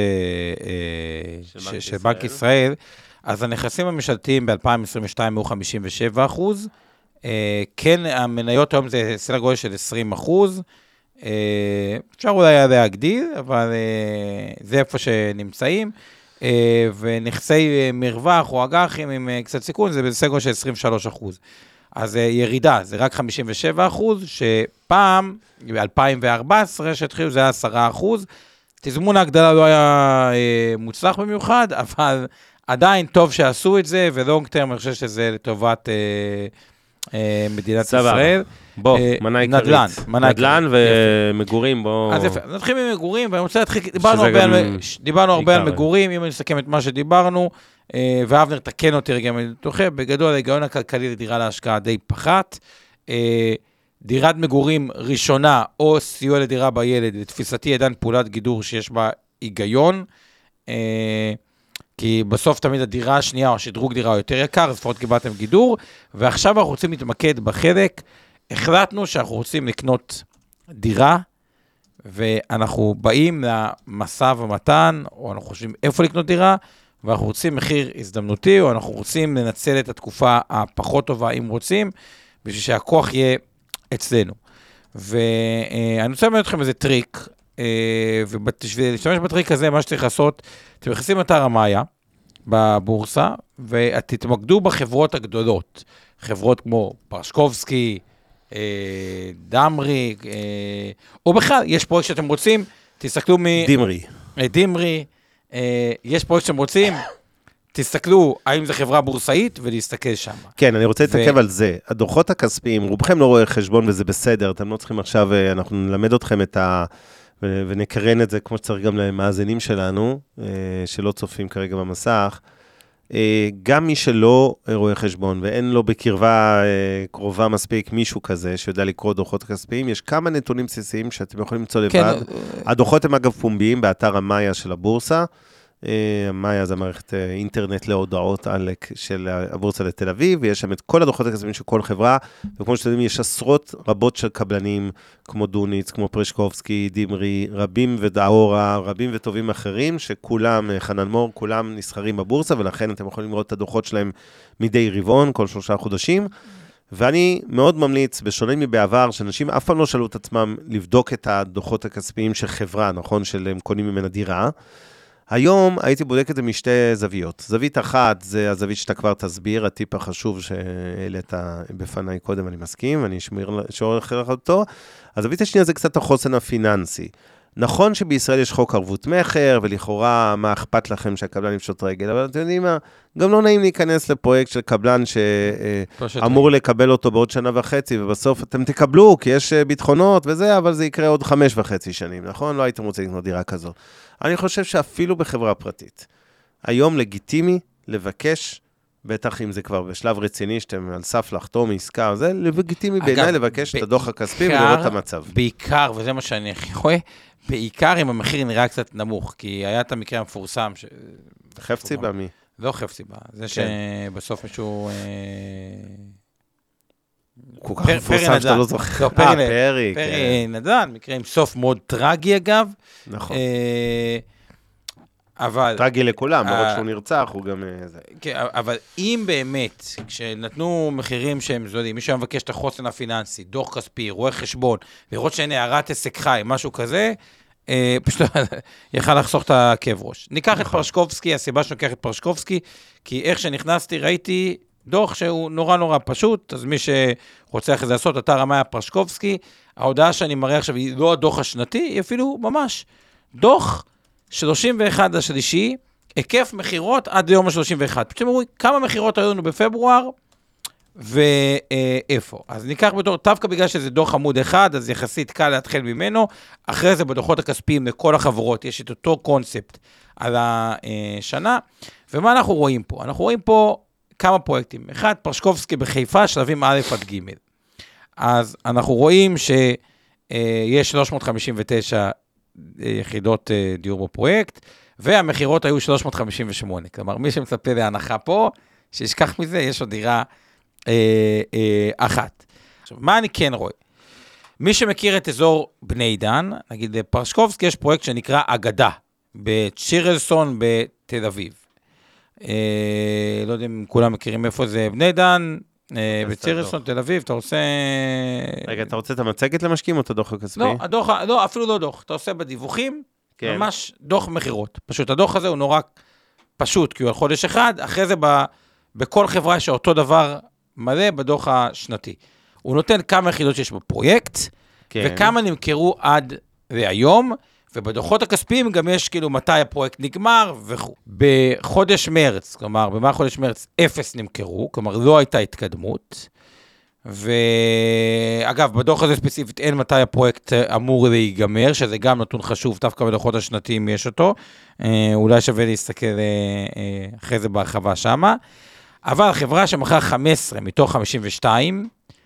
[SPEAKER 4] של בנק ישראל, אז הנכסים הממשלתיים ב-אלפיים עשרים ושתיים היו חמישים ושבעה אחוז, כן, המניות היום זה סדר גודל של עשרים אחוז, אפשר אולי להגדיל, אבל זה איפה שנמצאים, ונכסי מרווח או אג"חים עם קצת סיכון, זה בסדר גודל של עשרים ושלושה אחוז. אז ירידה, זה רק חמישים ושבעה אחוז, שפעם, ב-אלפיים וארבע עשרה שהתחילו, זה היה עשרה אחוז, תזמון ההגדלה לא היה מוצלח במיוחד, אבל עדיין טוב שעשו את זה, ולונג טרם, אני חושב שזה לטובת אה, אה, מדינת ישראל.
[SPEAKER 3] בוא, אה, מנה עיקרית.
[SPEAKER 4] נדל"ן.
[SPEAKER 3] נדל"ן ומגורים, בוא.
[SPEAKER 4] אז יפה, נתחיל ממגורים, ואני רוצה להתחיל, דיברנו הרבה, גם... על, דיברנו הרבה על מגורים, אם אני אסכם את מה שדיברנו, אה, ואבנר תקן אותי רגע, מתוכה, בגדול, ההיגיון הכלכלי לדירה להשקעה די פחת, אה, דירת מגורים ראשונה, או סיוע לדירה בילד, לתפיסתי עדיין פעולת גידור שיש בה היגיון, אה, כי בסוף תמיד הדירה השנייה או השדרוג דירה יותר יקר, אז לפחות קיבלתם גידור, ועכשיו אנחנו רוצים להתמקד בחלק, החלטנו שאנחנו רוצים לקנות דירה, ואנחנו באים למשא ומתן, או אנחנו חושבים איפה לקנות דירה, ואנחנו רוצים מחיר הזדמנותי, או אנחנו רוצים לנצל את התקופה הפחות טובה, אם רוצים, בשביל שהכוח יהיה אצלנו. ואני רוצה ללמד אתכם איזה טריק, ובשביל להשתמש בטריק הזה, מה שצריך לעשות, אתם נכנסים אתר המאיה בבורסה, ותתמקדו בחברות הגדולות, חברות כמו פרשקובסקי, דמרי, או בכלל, יש פרויקט שאתם רוצים, תסתכלו מ...
[SPEAKER 3] דימרי.
[SPEAKER 4] דימרי, יש פרויקט שאתם רוצים, תסתכלו האם זו חברה בורסאית, ולהסתכל שם.
[SPEAKER 3] כן, אני רוצה להתעכב על זה. הדוחות הכספיים, רובכם לא רואה חשבון וזה בסדר, אתם לא צריכים עכשיו, אנחנו נלמד אתכם את ה... ונקרן את זה כמו שצריך גם למאזינים שלנו, שלא צופים כרגע במסך. גם מי שלא רואה חשבון, ואין לו בקרבה קרובה מספיק מישהו כזה, שיודע לקרוא דוחות כספיים, יש כמה נתונים בסיסיים שאתם יכולים למצוא לבד. הדוחות הם אגב פומביים באתר המאיה של הבורסה, המאיה זה מערכת אינטרנט להודעות של הבורסה לתל אביב, ויש שם את כל הדוחות הכספיים של כל חברה, וכמו שאתם יודעים, יש עשרות רבות של קבלנים, כמו דוניץ, כמו פרשקובסקי, דימרי, רבים ודאורה, רבים וטובים אחרים, שכולם, חנן מור, כולם נסחרים בבורסה, ולכן אתם יכולים לראות את הדוחות שלהם מדי רבעון, כל שלושה חודשים, ואני מאוד ממליץ, בשונה מבעבר, שאנשים אף פעם לא שאלו את עצמם לבדוק את הדוחות הכספיים של חברה, נכון, של הם קונים ממנה דירה, היום הייתי בודק את זה משתי זוויות. זווית אחת זה הזווית שאתה כבר תסביר, הטיפ החשוב שהעלית בפניי קודם, אני מסכים, אני שורח לך אותו. הזווית השנייה זה קצת החוסן הפיננסי. נכון שבישראל יש חוק ערבות מחר, ולכאורה מה אכפת לכם שהקבלן יפשוט רגל, אבל אתם יודעים מה, גם לא נעים להיכנס לפרויקט של קבלן שאמור לקבל אותו בעוד שנה וחצי, ובסוף אתם תקבלו, כי יש ביטחונות וזה, אבל זה יקרה עוד חמש וחצי שנים, נכון? לא הייתם רוצים לקנות דירה כזו. אני חושב שאפילו בחברה פרטית, היום לגיטימי לבקש, בטח אם זה כבר בשלב רציני, שאתם על סף לחתום עסקה, זה לגיטימי בעיניי לבקש את הדוח הכספי ולראות את המצב.
[SPEAKER 4] בעיקר, וזה מה שאני רואה, בעיקר אם המחיר נראה קצת נמוך, כי היה את המקרה המפורסם.
[SPEAKER 3] חפצי בה מי?
[SPEAKER 4] לא חפצי בה, זה שבסוף מישהו...
[SPEAKER 3] כל כך מפורסם שאתה לא זוכר.
[SPEAKER 4] אה, פרי, פרי נדן, מקרה עם סוף מאוד טרגי אגב.
[SPEAKER 3] נכון.
[SPEAKER 4] אבל...
[SPEAKER 3] טרגי לכולם, לא רק שהוא נרצח, הוא גם...
[SPEAKER 4] כן, אבל אם באמת, כשנתנו מחירים שהם זודים, מישהו מבקש את החוסן הפיננסי, דוח כספי, רואה חשבון, לראות שאין הערת עסק חי, משהו כזה, פשוט יכל לחסוך את הכאב ראש. ניקח את פרשקובסקי, הסיבה שניקח את פרשקובסקי, כי איך שנכנסתי ראיתי דוח שהוא נורא נורא פשוט, אז מי שרוצה אחרי זה לעשות, אתר המאיה פרשקובסקי, ההודעה שאני מראה עכשיו היא לא הדוח השנתי, היא אפילו ממש דוח שלושים ואחד השלישי, היקף מחירות עד ליום ה-שלושים ואחד. פשוט אמרו, כמה מחירות היו לנו בפברואר, ואיפה. אז ניקח בתור, דווקא בגלל שזה דוח עמוד אחד, אז יחסית קל להתחיל ממנו, אחרי זה בדוחות הכספיים לכל החברות, יש את אותו קונספט על השנה, ומה אנחנו רואים פה? אנחנו רואים פה כמה פרויקטים. אחד, פרשקובסקי בחיפה, שלבים א' עד ג'. אז אנחנו רואים שיש שלוש מאות חמישים ותשע יחידות דיור בפרויקט, והמחירות היו שלוש מאות חמישים ושמונה. כלומר, מי שמצפה להנחה פה, שישכח מזה, יש עוד דירה אה, אה, אחת. עכשיו, מה אני כן רואה? מי שמכיר את אזור בני דן, נגיד בפרשקובסקי, יש פרויקט שנקרא אגדה, בצ'ירלסון בתל אביב. אה, לא יודע אם כולם מכירים איפה זה בני דן, אה, בצ'ירלסון, תל אביב, אתה עושה...
[SPEAKER 3] רגע, אתה רוצה את המצגת למשקיעים או את הדוח הכספי?
[SPEAKER 4] לא, הדוח, לא, אפילו לא דוח. אתה עושה בדיווחים, כן. ממש דוח מחירות. פשוט הדוח הזה הוא נורא פשוט, כי הוא על חודש אחד, אחרי זה ב, בכל חברה יש אותו דבר מלא בדוח השנתי. הוא נותן כמה יחידות שיש בפרויקט, כן. וכמה נמכרו עד והיום, ובדוחות הכספיים גם יש כאילו מתי הפרויקט נגמר וכו'. בחודש מרץ, כלומר, במהלך חודש מרץ, אפס נמכרו, כלומר, לא הייתה התקדמות, ואגב, בדוח הזה ספציפית אין מתי הפרויקט אמור להיגמר, שזה גם נתון חשוב, דווקא בדוחות השנתיים יש אותו, אולי שווה להסתכל אחרי זה בהרחבה שמה, אבל חברה שמכרה חמש עשרה מתוך חמישים ושתיים,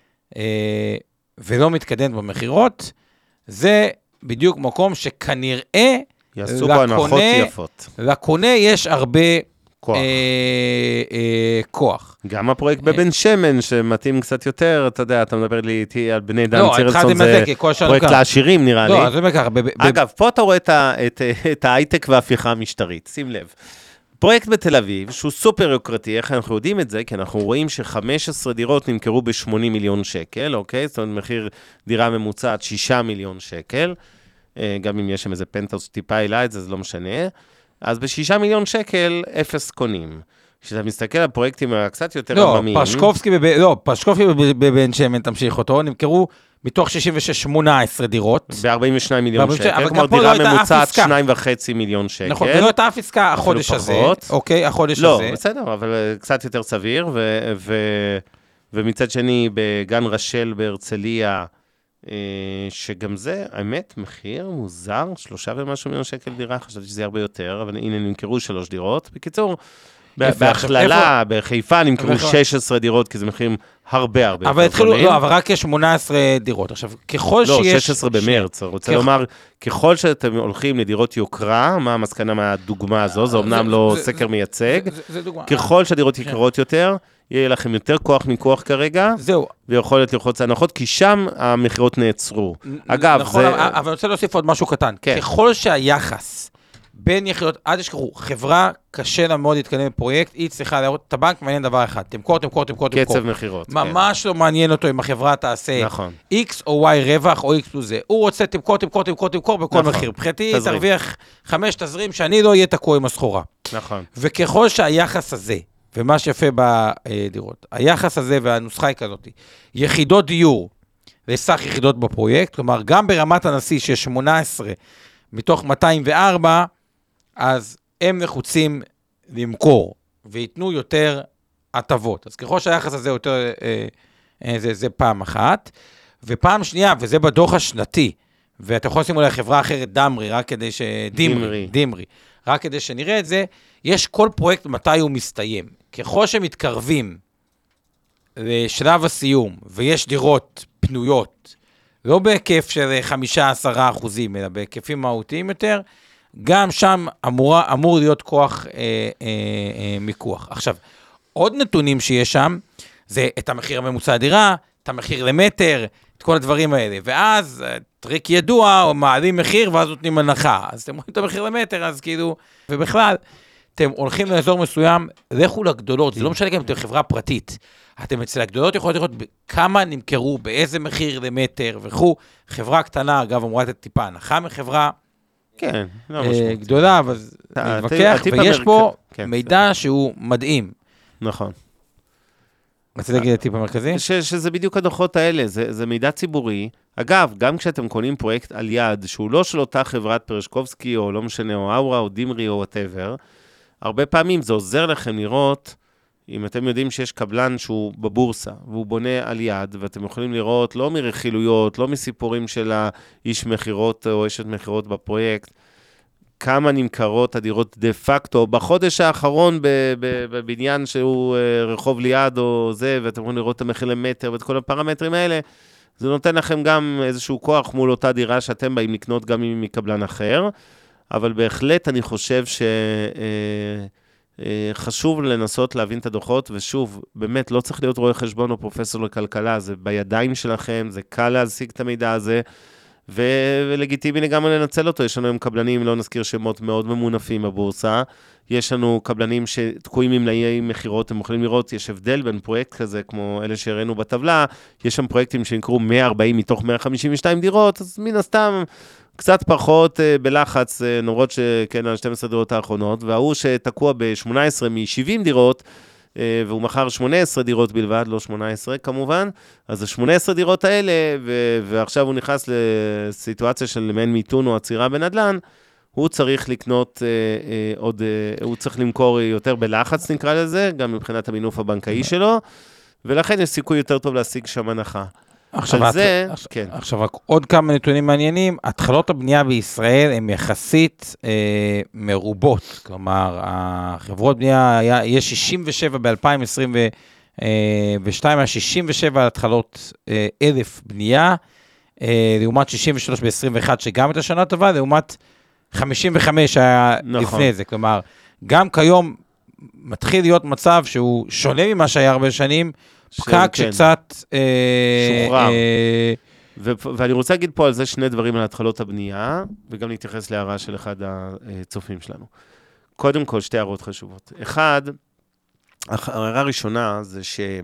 [SPEAKER 4] ולא מתקדמת במחירות, זה בדיוק מקום שכנראה
[SPEAKER 3] יעשו בו הנחות יפות.
[SPEAKER 4] לקונה יש הרבה כוח. אה, אה, כוח.
[SPEAKER 3] גם הפרויקט בבן שמן, שמתאים קצת יותר, אתה יודע, אתה מדבר לי איתי על בני דן צירלסון, זה פרויקט לעשירים נראה לי.
[SPEAKER 4] לא, זה מכך.
[SPEAKER 3] אגב, פה אתה רואה את ההייטק וההפיכה המשטרית, שים לב. פרויקט בתל אביב, שהוא סופר יוקרתי, איך אנחנו יודעים את זה? כי אנחנו רואים ש-חמש עשרה דירות נמכרו ב-שמונים מיליון שקל, אוקיי? זאת אומרת, מחיר דירה ממוצעת שישה מיליון שקל, גם אם יש שם איזה פנטהאוס טיפה אליי, זה לא משנה. אז ב-שישה מיליון שקל, אפס קונים. כשאתה מסתכל על פרויקטים קצת יותר עממיים...
[SPEAKER 4] לא, פרשקובסקי, בב... לא, פרשקובסקי בבן שמן, תמשיך אותו, נמכרו מתוך שישים ושש, שמונה עשרה דירות.
[SPEAKER 3] ב-ארבעים ושניים מיליון שקל, כמו דירה ממוצעת שניים וחצי מיליון שקל.
[SPEAKER 4] נכון, ולא הייתה אף עסקה החודש הזה. אוקיי, החודש הזה.
[SPEAKER 3] לא, בסדר, אבל קצת יותר סביר, ו... ו... ומצד שני, בגן רשל בהרצליה, שגם זה, האמת, מחיר מוזר, שלושה ומשהו מיליון שקל דירה, חשבתי שזה הרבה יותר, אבל הנה נמכרו שלוש דירות. בקיצור, בהכללה, בחיפה נמכרו שש עשרה דירות, כי זה מחירים הרבה הרבה.
[SPEAKER 4] אבל התחילו, לא, אבל רק שמונה עשרה דירות. עכשיו, ככל שיש...
[SPEAKER 3] לא, שש עשרה במרץ. רוצה לומר, ככל שאתם הולכים לדירות יוקרה, מה המסקנה מהדוגמה הזו? זה אומנם לא סקר מייצג. ככל שהדירות יקרות יותר, יהיה לכם יותר כוח מכוח כרגע. זהו. ויכולת ללחוץ הנחות, כי שם המחירות נעצרו. אגב, זה...
[SPEAKER 4] אבל אני רוצה להוסיף עוד משהו קטן. ככל שהיחס בין יחידות, עד ישכחו, חברה קשה לה מאוד להתקדם בפרויקט, היא צריכה להראות את הבנק, מעניין דבר אחד, תמכור, תמכור, תמכור, תמכור.
[SPEAKER 3] קצב מחירות.
[SPEAKER 4] ממש לא מעניין אותו אם החברה תעשה X או Y רווח או X פלוס זה. הוא רוצה תמכור, תמכור, תמכור, תמכור בכל מחיר. מבחינתי תרוויח חמש תזרים שאני לא אהיה תקוע עם הסחורה.
[SPEAKER 3] נכון.
[SPEAKER 4] וככל שהיחס הזה, ומה שיפה בדירות, היחס הזה והנוסחה היא כזאת, יחידות דיור לסך יחידות בפרויקט, כלומר גם ברמת הנשיא שיש שמונה עשרה מתוך מאתיים וארבע, אז הם נחוצים למכור, ויתנו יותר הטבות. אז ככל שהיחס הזה יותר, אה, אה, זה, זה פעם אחת, ופעם שנייה, וזה בדוח השנתי, ואתה יכול לשים אולי חברה אחרת, דמרי, רק כדי ש... דימרי, דימרי, רק כדי שנראה את זה, יש כל פרויקט מתי הוא מסתיים. ככל שמתקרבים לשלב הסיום, ויש דירות פנויות, לא בהיקף של חמישה עשרה אחוזים, אלא בהיקפים מהותיים יותר, גם שם אמורה, אמור להיות כוח אה, אה, אה, מיקוח. עכשיו, עוד נתונים שיש שם, זה את המחיר הממוצע הדירה, את המחיר למטר, את כל הדברים האלה. ואז טריק ידוע, או מעלים מחיר, ואז נותנים הנחה. אז אתם רואים את המחיר למטר, אז כאילו, ובכלל, אתם הולכים לאזור מסוים, לכו לגדולות, זה לא משנה גם אתם חברה פרטית. אתם אצל הגדולות יכולות לראות כמה נמכרו, באיזה מחיר למטר וכו'. חברה קטנה, אגב, אמורה לתת טיפה הנחה מחברה,
[SPEAKER 3] כן,
[SPEAKER 4] גדולה, אבל נתווכח, ויש פה מידע שהוא מדהים.
[SPEAKER 3] נכון.
[SPEAKER 4] רציתי להגיד הטיפ המרכזי?
[SPEAKER 3] שזה בדיוק הדוחות האלה, זה מידע ציבורי. אגב, גם כשאתם קונים פרויקט על יד, שהוא לא של אותה חברת פרשקובסקי, או לא משנה, או אורה, או דימרי, או whatever, הרבה פעמים זה עוזר לכם לראות, אם אתם יודעים שיש קבלן שהוא בבורסה, והוא בונה על יד, ואתם יכולים לראות לא מרכילויות, לא מסיפורים של האיש מחירות או אשת מחירות בפרויקט, כמה נמכרות הדירות דה פקטו, בחודש האחרון בבניין שהוא רחוב ליד או זה, ואתם יכולים לראות את המחיר למטר ואת כל הפרמטרים האלה, זה נותן לכם גם איזשהו כוח מול אותה דירה שאתם באים לקנות גם אם מקבלן אחר, אבל בהחלט אני חושב ש... חשוב לנסות להבין את הדוחות, ושוב, באמת לא צריך להיות רואה חשבון או פרופסור לכלכלה, זה בידיים שלכם, זה קל להשיג את המידע הזה, ולגיטימי לגמרי לנצל אותו. יש לנו היום קבלנים, לא נזכיר שמות מאוד ממונפים בבורסה, יש לנו קבלנים שתקועים עם מלאי מחירות, הם יכולים לראות, יש הבדל בין פרויקט כזה, כמו אלה שהראינו בטבלה, יש שם פרויקטים שנקראו מאה וארבעים מתוך מאה חמישים ושתיים דירות, אז מן הסתם קצת פחות בלחץ, נורות שכן על שתים עשרה דירות האחרונות, והוא שתקוע ב-שמונה עשרה מ-שבעים דירות, והוא מכר שמונה עשרה דירות בלבד, לא שמונה עשרה כמובן, אז ה-שמונה עשרה דירות האלה, ו- ועכשיו הוא נכנס לסיטואציה של מעין מיתון או עצירה בנדלן, הוא צריך לקנות אה, אה, עוד, אה, הוא צריך למכור יותר בלחץ נקרא לזה, גם מבחינת המינוף הבנקאי שלו, ולכן יש סיכוי יותר טוב להשיג שם הנחה.
[SPEAKER 4] עכשיו, זה, עכשיו, כן. עכשיו רק עוד כמה נתונים מעניינים, התחלות הבנייה בישראל הן יחסית אה, מרובות, כלומר, החברות בנייה, היה, יש שישים ושבע ב-אלפיים עשרים ושתיים, היה שישים ושבע התחלות אה, אלף בנייה, אה, לעומת שישים ושלוש ב-עשרים ואחת, שגם את השנה טובה, לעומת חמישים וחמש היה נכון. לפני זה, כלומר, גם כיום מתחיל להיות מצב שהוא שונה ממה שהיה הרבה שנים, פקק שקצת
[SPEAKER 3] שוחרר. ואני רוצה להגיד פה על זה שני דברים על התחלות הבנייה, וגם להתייחס להערה של אחד הצופים שלנו. קודם כל, שתי הערות חשובות. אחד, הערה הראשונה זה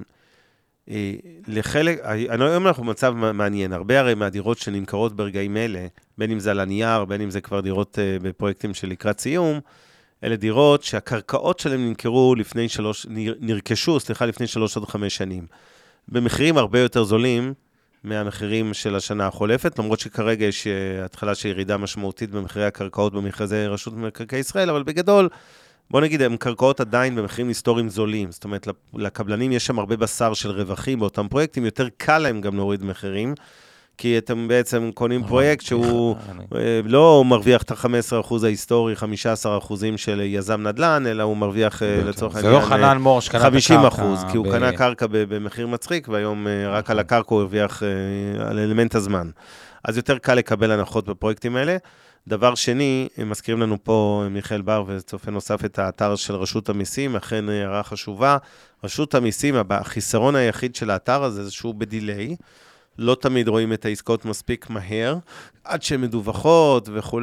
[SPEAKER 3] שלחלק, היום אנחנו במצב מעניין, הרבה הרי מהדירות שנמכרות ברגעים אלה, בין אם זה על הנייר, בין אם זה כבר דירות בפרויקטים של לקראת סיום, אלה דירות שהקרקעות שלהם נמכרו לפני שלוש, נרכשו, סליחה, לפני שלוש עד חמש שנים. במחירים הרבה יותר זולים מהמחירים של השנה החולפת, למרות שכרגע יש התחלה של ירידה משמעותית במחירי הקרקעות במכרזי רשות מקרקעי ישראל, אבל בגדול, בוא נגיד, הם קרקעות עדיין במחירים היסטוריים זולים, זאת אומרת, לקבלנים יש שם הרבה בשר של רווחים באותם פרויקטים, יותר קל להם גם להוריד מחירים, כי אתם בעצם קונים פרויקט שהוא לא מרוויח את ה-חמישה עשר אחוז ההיסטורי, חמישה עשר אחוזים של יזם נדל"ן, אלא הוא מרוויח לצורך העניין
[SPEAKER 4] זה לא חנן מור שקנה את הקרקע.
[SPEAKER 3] חמישים אחוז, כי הוא קנה קרקע במחיר מצחיק, והיום רק על הקרקע הוא הרוויח על אלמנט הזמן. אז יותר קל לקבל הנחות בפרויקטים האלה. דבר שני, הם מזכירים לנו פה מיכאל בר וצופה נוסף את האתר של רשות המיסים, אכן הערה חשובה. רשות המיסים, החיסרון היחיד של האתר הזה זה שהוא בדיליי, לא תמיד רואים את העסקאות מספיק מהר, עד שהן מדווחות וכו'.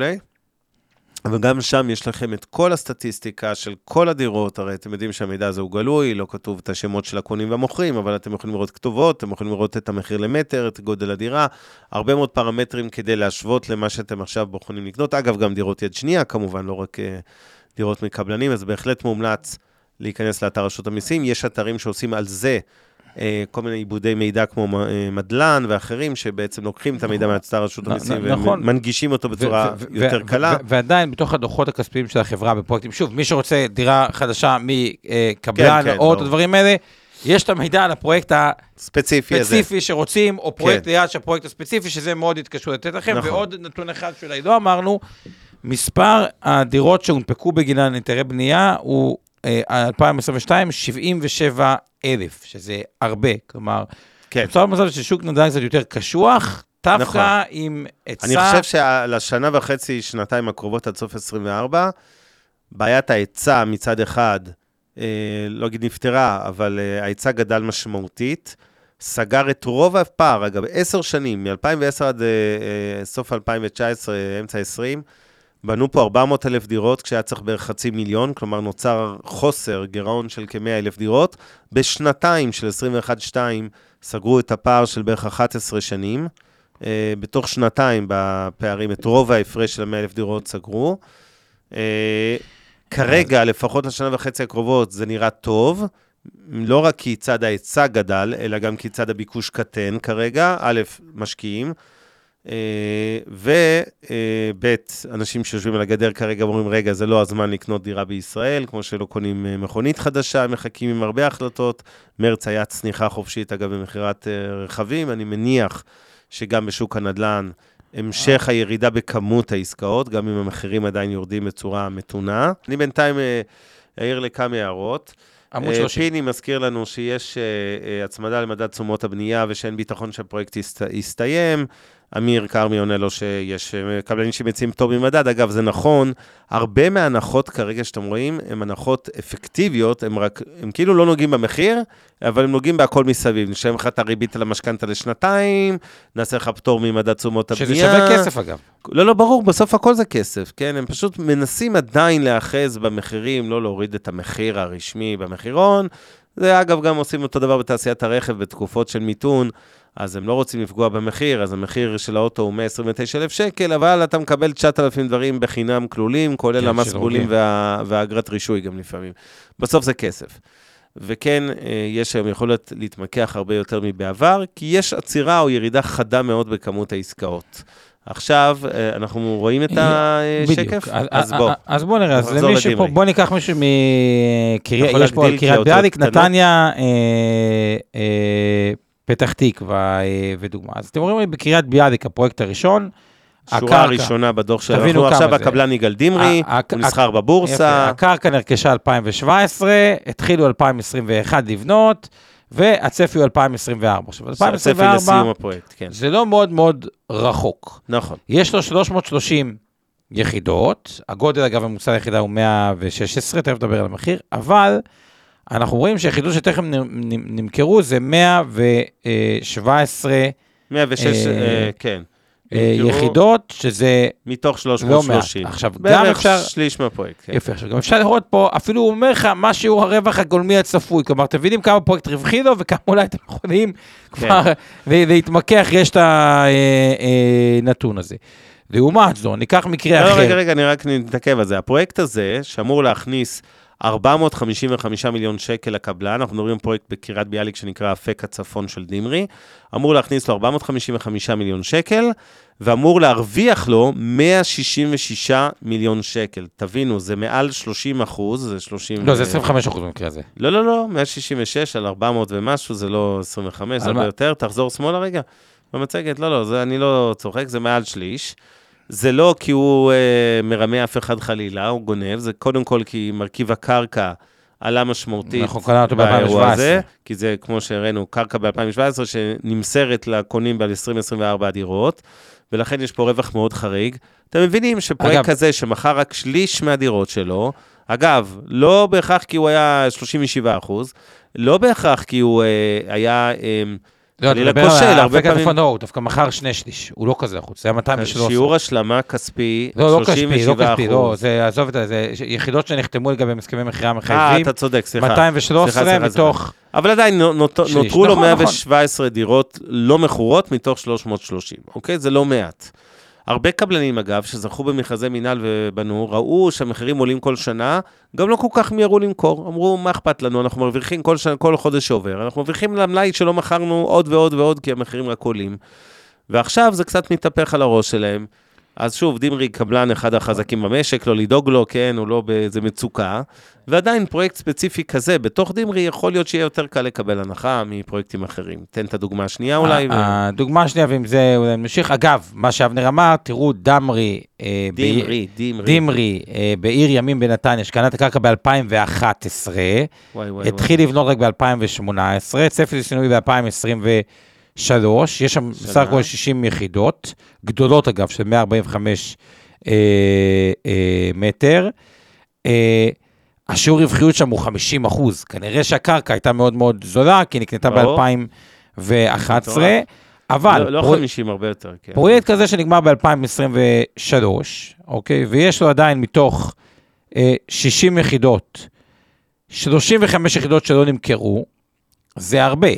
[SPEAKER 3] אבל גם שם יש לכם את כל הסטטיסטיקה של כל הדירות, הרי אתם יודעים שהמידע הזה הוא גלוי, לא כתוב את השמות של הקונים והמוכרים, אבל אתם יכולים לראות כתובות, אתם יכולים לראות את המחיר למטר, את גודל הדירה, הרבה מאוד פרמטרים כדי להשוות למה שאתם עכשיו בוחנים לקנות. אגב, גם דירות יד שנייה, כמובן, לא רק דירות מקבלנים, אז בהחלט מומלץ להיכנס לאתר רשות המיסים. יש אתרים שעושים על זה כל מיני עיבודי מידע כמו מדלן ואחרים, שבעצם לוקחים את המידע מהאתר רשות המיסים ומנגישים אותו בצורה יותר קלה.
[SPEAKER 4] ועדיין, בתוך הדוחות הכספיים של החברה בפרויקטים, שוב, מי שרוצה דירה חדשה מקבלן או את הדברים האלה, יש את המידע על הפרויקט הספציפי שרוצים, או פרויקט ליד שהפרויקט הספציפי, שזה מאוד התקשו לתת לכם, ועוד נתון אחד שאולי לא אמרנו, מספר הדירות שהונפקו בגינן היתרי בנייה הוא אלפיים עשרים ושתיים, שבעים ושבעה אלף, שזה הרבה, כלומר, נוצר במצב ששוק נדל"ן קצת יותר קשוח, דווקא עם היצע.
[SPEAKER 3] אני חושב שלשנה וחצי, שנתיים הקרובות עד סוף עשרים וארבע, בעיית ההיצע מצד אחד, לא אגיד נפטרה, אבל ההיצע גדל משמעותית, סגר את רוב הפער, אגב, עשר שנים, מ-אלפיים ועשר עד סוף אלפיים תשע עשרה, אמצע עשרים, בנו פה ארבע מאות אלף דירות, כשהיה צריך בערך חצי מיליון, כלומר נוצר חוסר, גירעון של כ-מאה אלף דירות. בשנתיים של עשרים ואחת שתיים סגרו את הפער של בערך אחת עשרה שנים. בתוך שנתיים בפערים את רוב ההפרש של מאה אלף דירות סגרו. כרגע, לפחות לשנה וחצי הקרובות, זה נראה טוב. לא רק כי צד ההיצע גדל, אלא גם כי צד הביקוש קטן כרגע. א', משקיעים. ובית, אנשים שיושבים על הגדר כרגע אומרים, רגע, זה לא הזמן לקנות דירה בישראל, כמו שלא קונים מכונית חדשה, מחכים עם הרבה החלטות. מרץ היה צניחה חופשית, אגב, במחירת רכבים. אני מניח שגם בשוק הנדל"ן, המשך הירידה בכמות העסקאות, גם אם המחירים עדיין יורדים בצורה מתונה. אני בינתיים אעיר לכמה הערות. פיני מזכיר לנו שיש הצמדה למדד תשומות הבנייה, ושאין ביטחון שהפרויקט יסתיים. אמיר קרמי עונה לו שיש קבלנים שמציעים פטור ממדד, אגב זה נכון, הרבה מההנחות כרגע שאתם רואים, הן הנחות אפקטיביות, הם, רק, הם כאילו לא נוגעים במחיר, אבל הם נוגעים בהכל מסביב, נשאר לך את הריבית על המשכנתה לשנתיים, נעשה לך פטור ממדד תשומות הבנייה.
[SPEAKER 4] שזה שווה כסף אגב.
[SPEAKER 3] לא, לא, ברור, בסוף הכל זה כסף, כן? הם פשוט מנסים עדיין להאחז במחירים, לא להוריד את המחיר הרשמי במחירון, זה אגב גם עושים אותו דבר בתעשיית הרכב, בתקופות של מיתון, אז הם לא רוצים לפגוע במחיר, אז המחיר של האוטו הוא מאה עשרים ותשעה אלף שקל, אבל אתה מקבל תשעת אלפים דברים בחינם כלולים, כולל המס גבולים וה... והאגרת רישוי גם לפעמים. בסוף זה כסף. וכן, יש היום יכולת להתמקח הרבה יותר מבעבר, כי יש עצירה או ירידה חדה מאוד בכמות העסקאות. עכשיו, אנחנו רואים את השקף?
[SPEAKER 4] אז בוא. אז בוא נראה, אז למישהו פה, בוא ניקח מישהו מקריית, יש פה קריית ביאליק, נתניה, פתח תקווה ודוגמה. אז אתם רואים בקריית ביאליק, הפרויקט הראשון,
[SPEAKER 3] שורה הראשונה בדוח שלנו, עכשיו הקבלן יגאל דמרי, הוא נסחר בבורסה.
[SPEAKER 4] הקרקע נרכשה אלפיים שבע עשרה, התחילו אלפיים עשרים ואחת לבנות, והצפי הוא אלפיים עשרים וארבע. עכשיו, אלפיים עשרים וארבע,
[SPEAKER 3] לסיום הפרויקט, כן.
[SPEAKER 4] זה לא מאוד מאוד רחוק.
[SPEAKER 3] נכון.
[SPEAKER 4] יש לו שלוש מאות ושלושים יחידות, הגודל אגב הממוצע היחידה הוא מאה ושש עשרה, תכף נדבר על המחיר, אבל אנחנו רואים שהיחידות שתכף נמכרו זה מאה ושבע עשרה,
[SPEAKER 3] מאה ושש עשרה, כן.
[SPEAKER 4] יחידות, שזה
[SPEAKER 3] מתוך שלוש מאות ושלושים.
[SPEAKER 4] עכשיו, גם אפשר...
[SPEAKER 3] שליש מהפרויקט, כן.
[SPEAKER 4] יפה, עכשיו, גם אפשר לראות פה, אפילו הוא אומר לך, מה שיעור הרווח הגולמי הצפוי, כלומר, אתם מבינים כמה פרויקט רווחי לו, וכמה אולי אתם יכולים כבר להתמקח, יש את הנתון הזה. לעומת זו, ניקח מקרה אחר.
[SPEAKER 3] רגע, רגע, אני רק נתעכב על זה. הפרויקט הזה, שאמור להכניס ארבע מאות חמישים וחמישה מיליון שקל לקבלן, אנחנו מדברים פרויקט בקריית ביאליק שנקרא אפק הצפון של דמרי, אמור להכניס לו ארבע מאות חמישים וחמישה מיליון שקל, ואמור להרוויח לו מאה שישים ושישה מיליון שקל. תבינו, זה מעל שלושים אחוז, זה שלושים...
[SPEAKER 4] לא, זה עשרים וחמישה אחוז במקרה הזה.
[SPEAKER 3] לא, לא, לא, מאה שישים ושש על ארבע מאות ומשהו, זה לא עשרים וחמש, זה הרבה יותר, תחזור שמאלה רגע. במצגת, לא, לא, זה, אני לא צוחק, זה מעל שליש. זה לא כי הוא אה, מרמה אף אחד חלילה, הוא גונב, זה קודם כל כי מרכיב הקרקע עלה משמעותית
[SPEAKER 4] אנחנו קונה אותו ב-אלפיים שבע עשרה.
[SPEAKER 3] כי זה, כמו שהראינו, קרקע ב-אלפיים שבע עשרה, שנמסרת לקונים ב-עשרים עשרים וארבע דירות, ולכן יש פה רווח מאוד חריג. אתם מבינים שפרויקט אגב, כזה שמחר רק שליש מהדירות שלו, אגב, לא בהכרח כי הוא היה שלושים ושבעה אחוז, לא בהכרח כי הוא אה, היה... אה,
[SPEAKER 4] לא, אתה מדבר על הרבה פעמים... הוא דווקא מחר שני שליש, הוא לא כזה חוץ, זה היה מאתיים ושלוש עשרה.
[SPEAKER 3] שיעור השלמה כספי,
[SPEAKER 4] לא, לא כספי, לא כספי, לא, זה, עזוב את זה, זה יחידות שנחתמו לגבי מסכמי מחירה מחייבים.
[SPEAKER 3] אה, אתה צודק, סליחה.
[SPEAKER 4] מאתיים ושלוש עשרה מתוך...
[SPEAKER 3] אבל עדיין נותרו לו מאה שבע עשרה דירות לא מכורות מתוך שלוש מאות ושלושים, אוקיי? זה לא מעט. הרבה קבלנים, אגב, שזכו במכרזי מינהל ובנו, ראו שהמחירים עולים כל שנה, גם לא כל כך מיהרו למכור. אמרו, מה אכפת לנו? אנחנו מרוויחים כל, שנה, כל חודש שעובר. אנחנו מרוויחים למלאי שלא מכרנו עוד ועוד ועוד, כי המחירים רק עולים. ועכשיו זה קצת מתהפך על הראש שלהם. אז שוב, דימרי קבלן אחד החזקים במשק, לא לדאוג לו, כן, הוא לא באיזה מצוקה. ועדיין פרויקט ספציפי כזה, בתוך דימרי יכול להיות שיהיה יותר קל לקבל הנחה מפרויקטים אחרים. תן את הדוגמה השנייה אולי.
[SPEAKER 4] הדוגמה השנייה, ואם זה אולי נמשיך, אגב, מה שאבנר אמר, תראו דמרי,
[SPEAKER 3] דימרי, דימרי.
[SPEAKER 4] דימרי, בעיר ימים בנתניה, שקנה את הקרקע ב-אלפיים ואחת עשרה, התחיל לבנות רק ב-אלפיים שמונה עשרה, צפי לשינוי ב-אלפיים עשרים ושלוש, יש שם בסך הכל שישים יחידות, גדולות אגב, של מאה ארבעים וחמישה מטר, השיעור רווחיות שם הוא חמישים אחוז, כנראה שהקרקע הייתה מאוד מאוד זולה, כי נקנתה ב-אלפיים ואחת עשרה, אבל...
[SPEAKER 3] לא חמישים, הרבה יותר, כן.
[SPEAKER 4] פרויקט כזה שנגמר ב-אלפיים עשרים ושלוש, אוקיי, ויש לו עדיין מתוך שישים יחידות, שלושים וחמש יחידות שלא נמכרו, זה הרבה,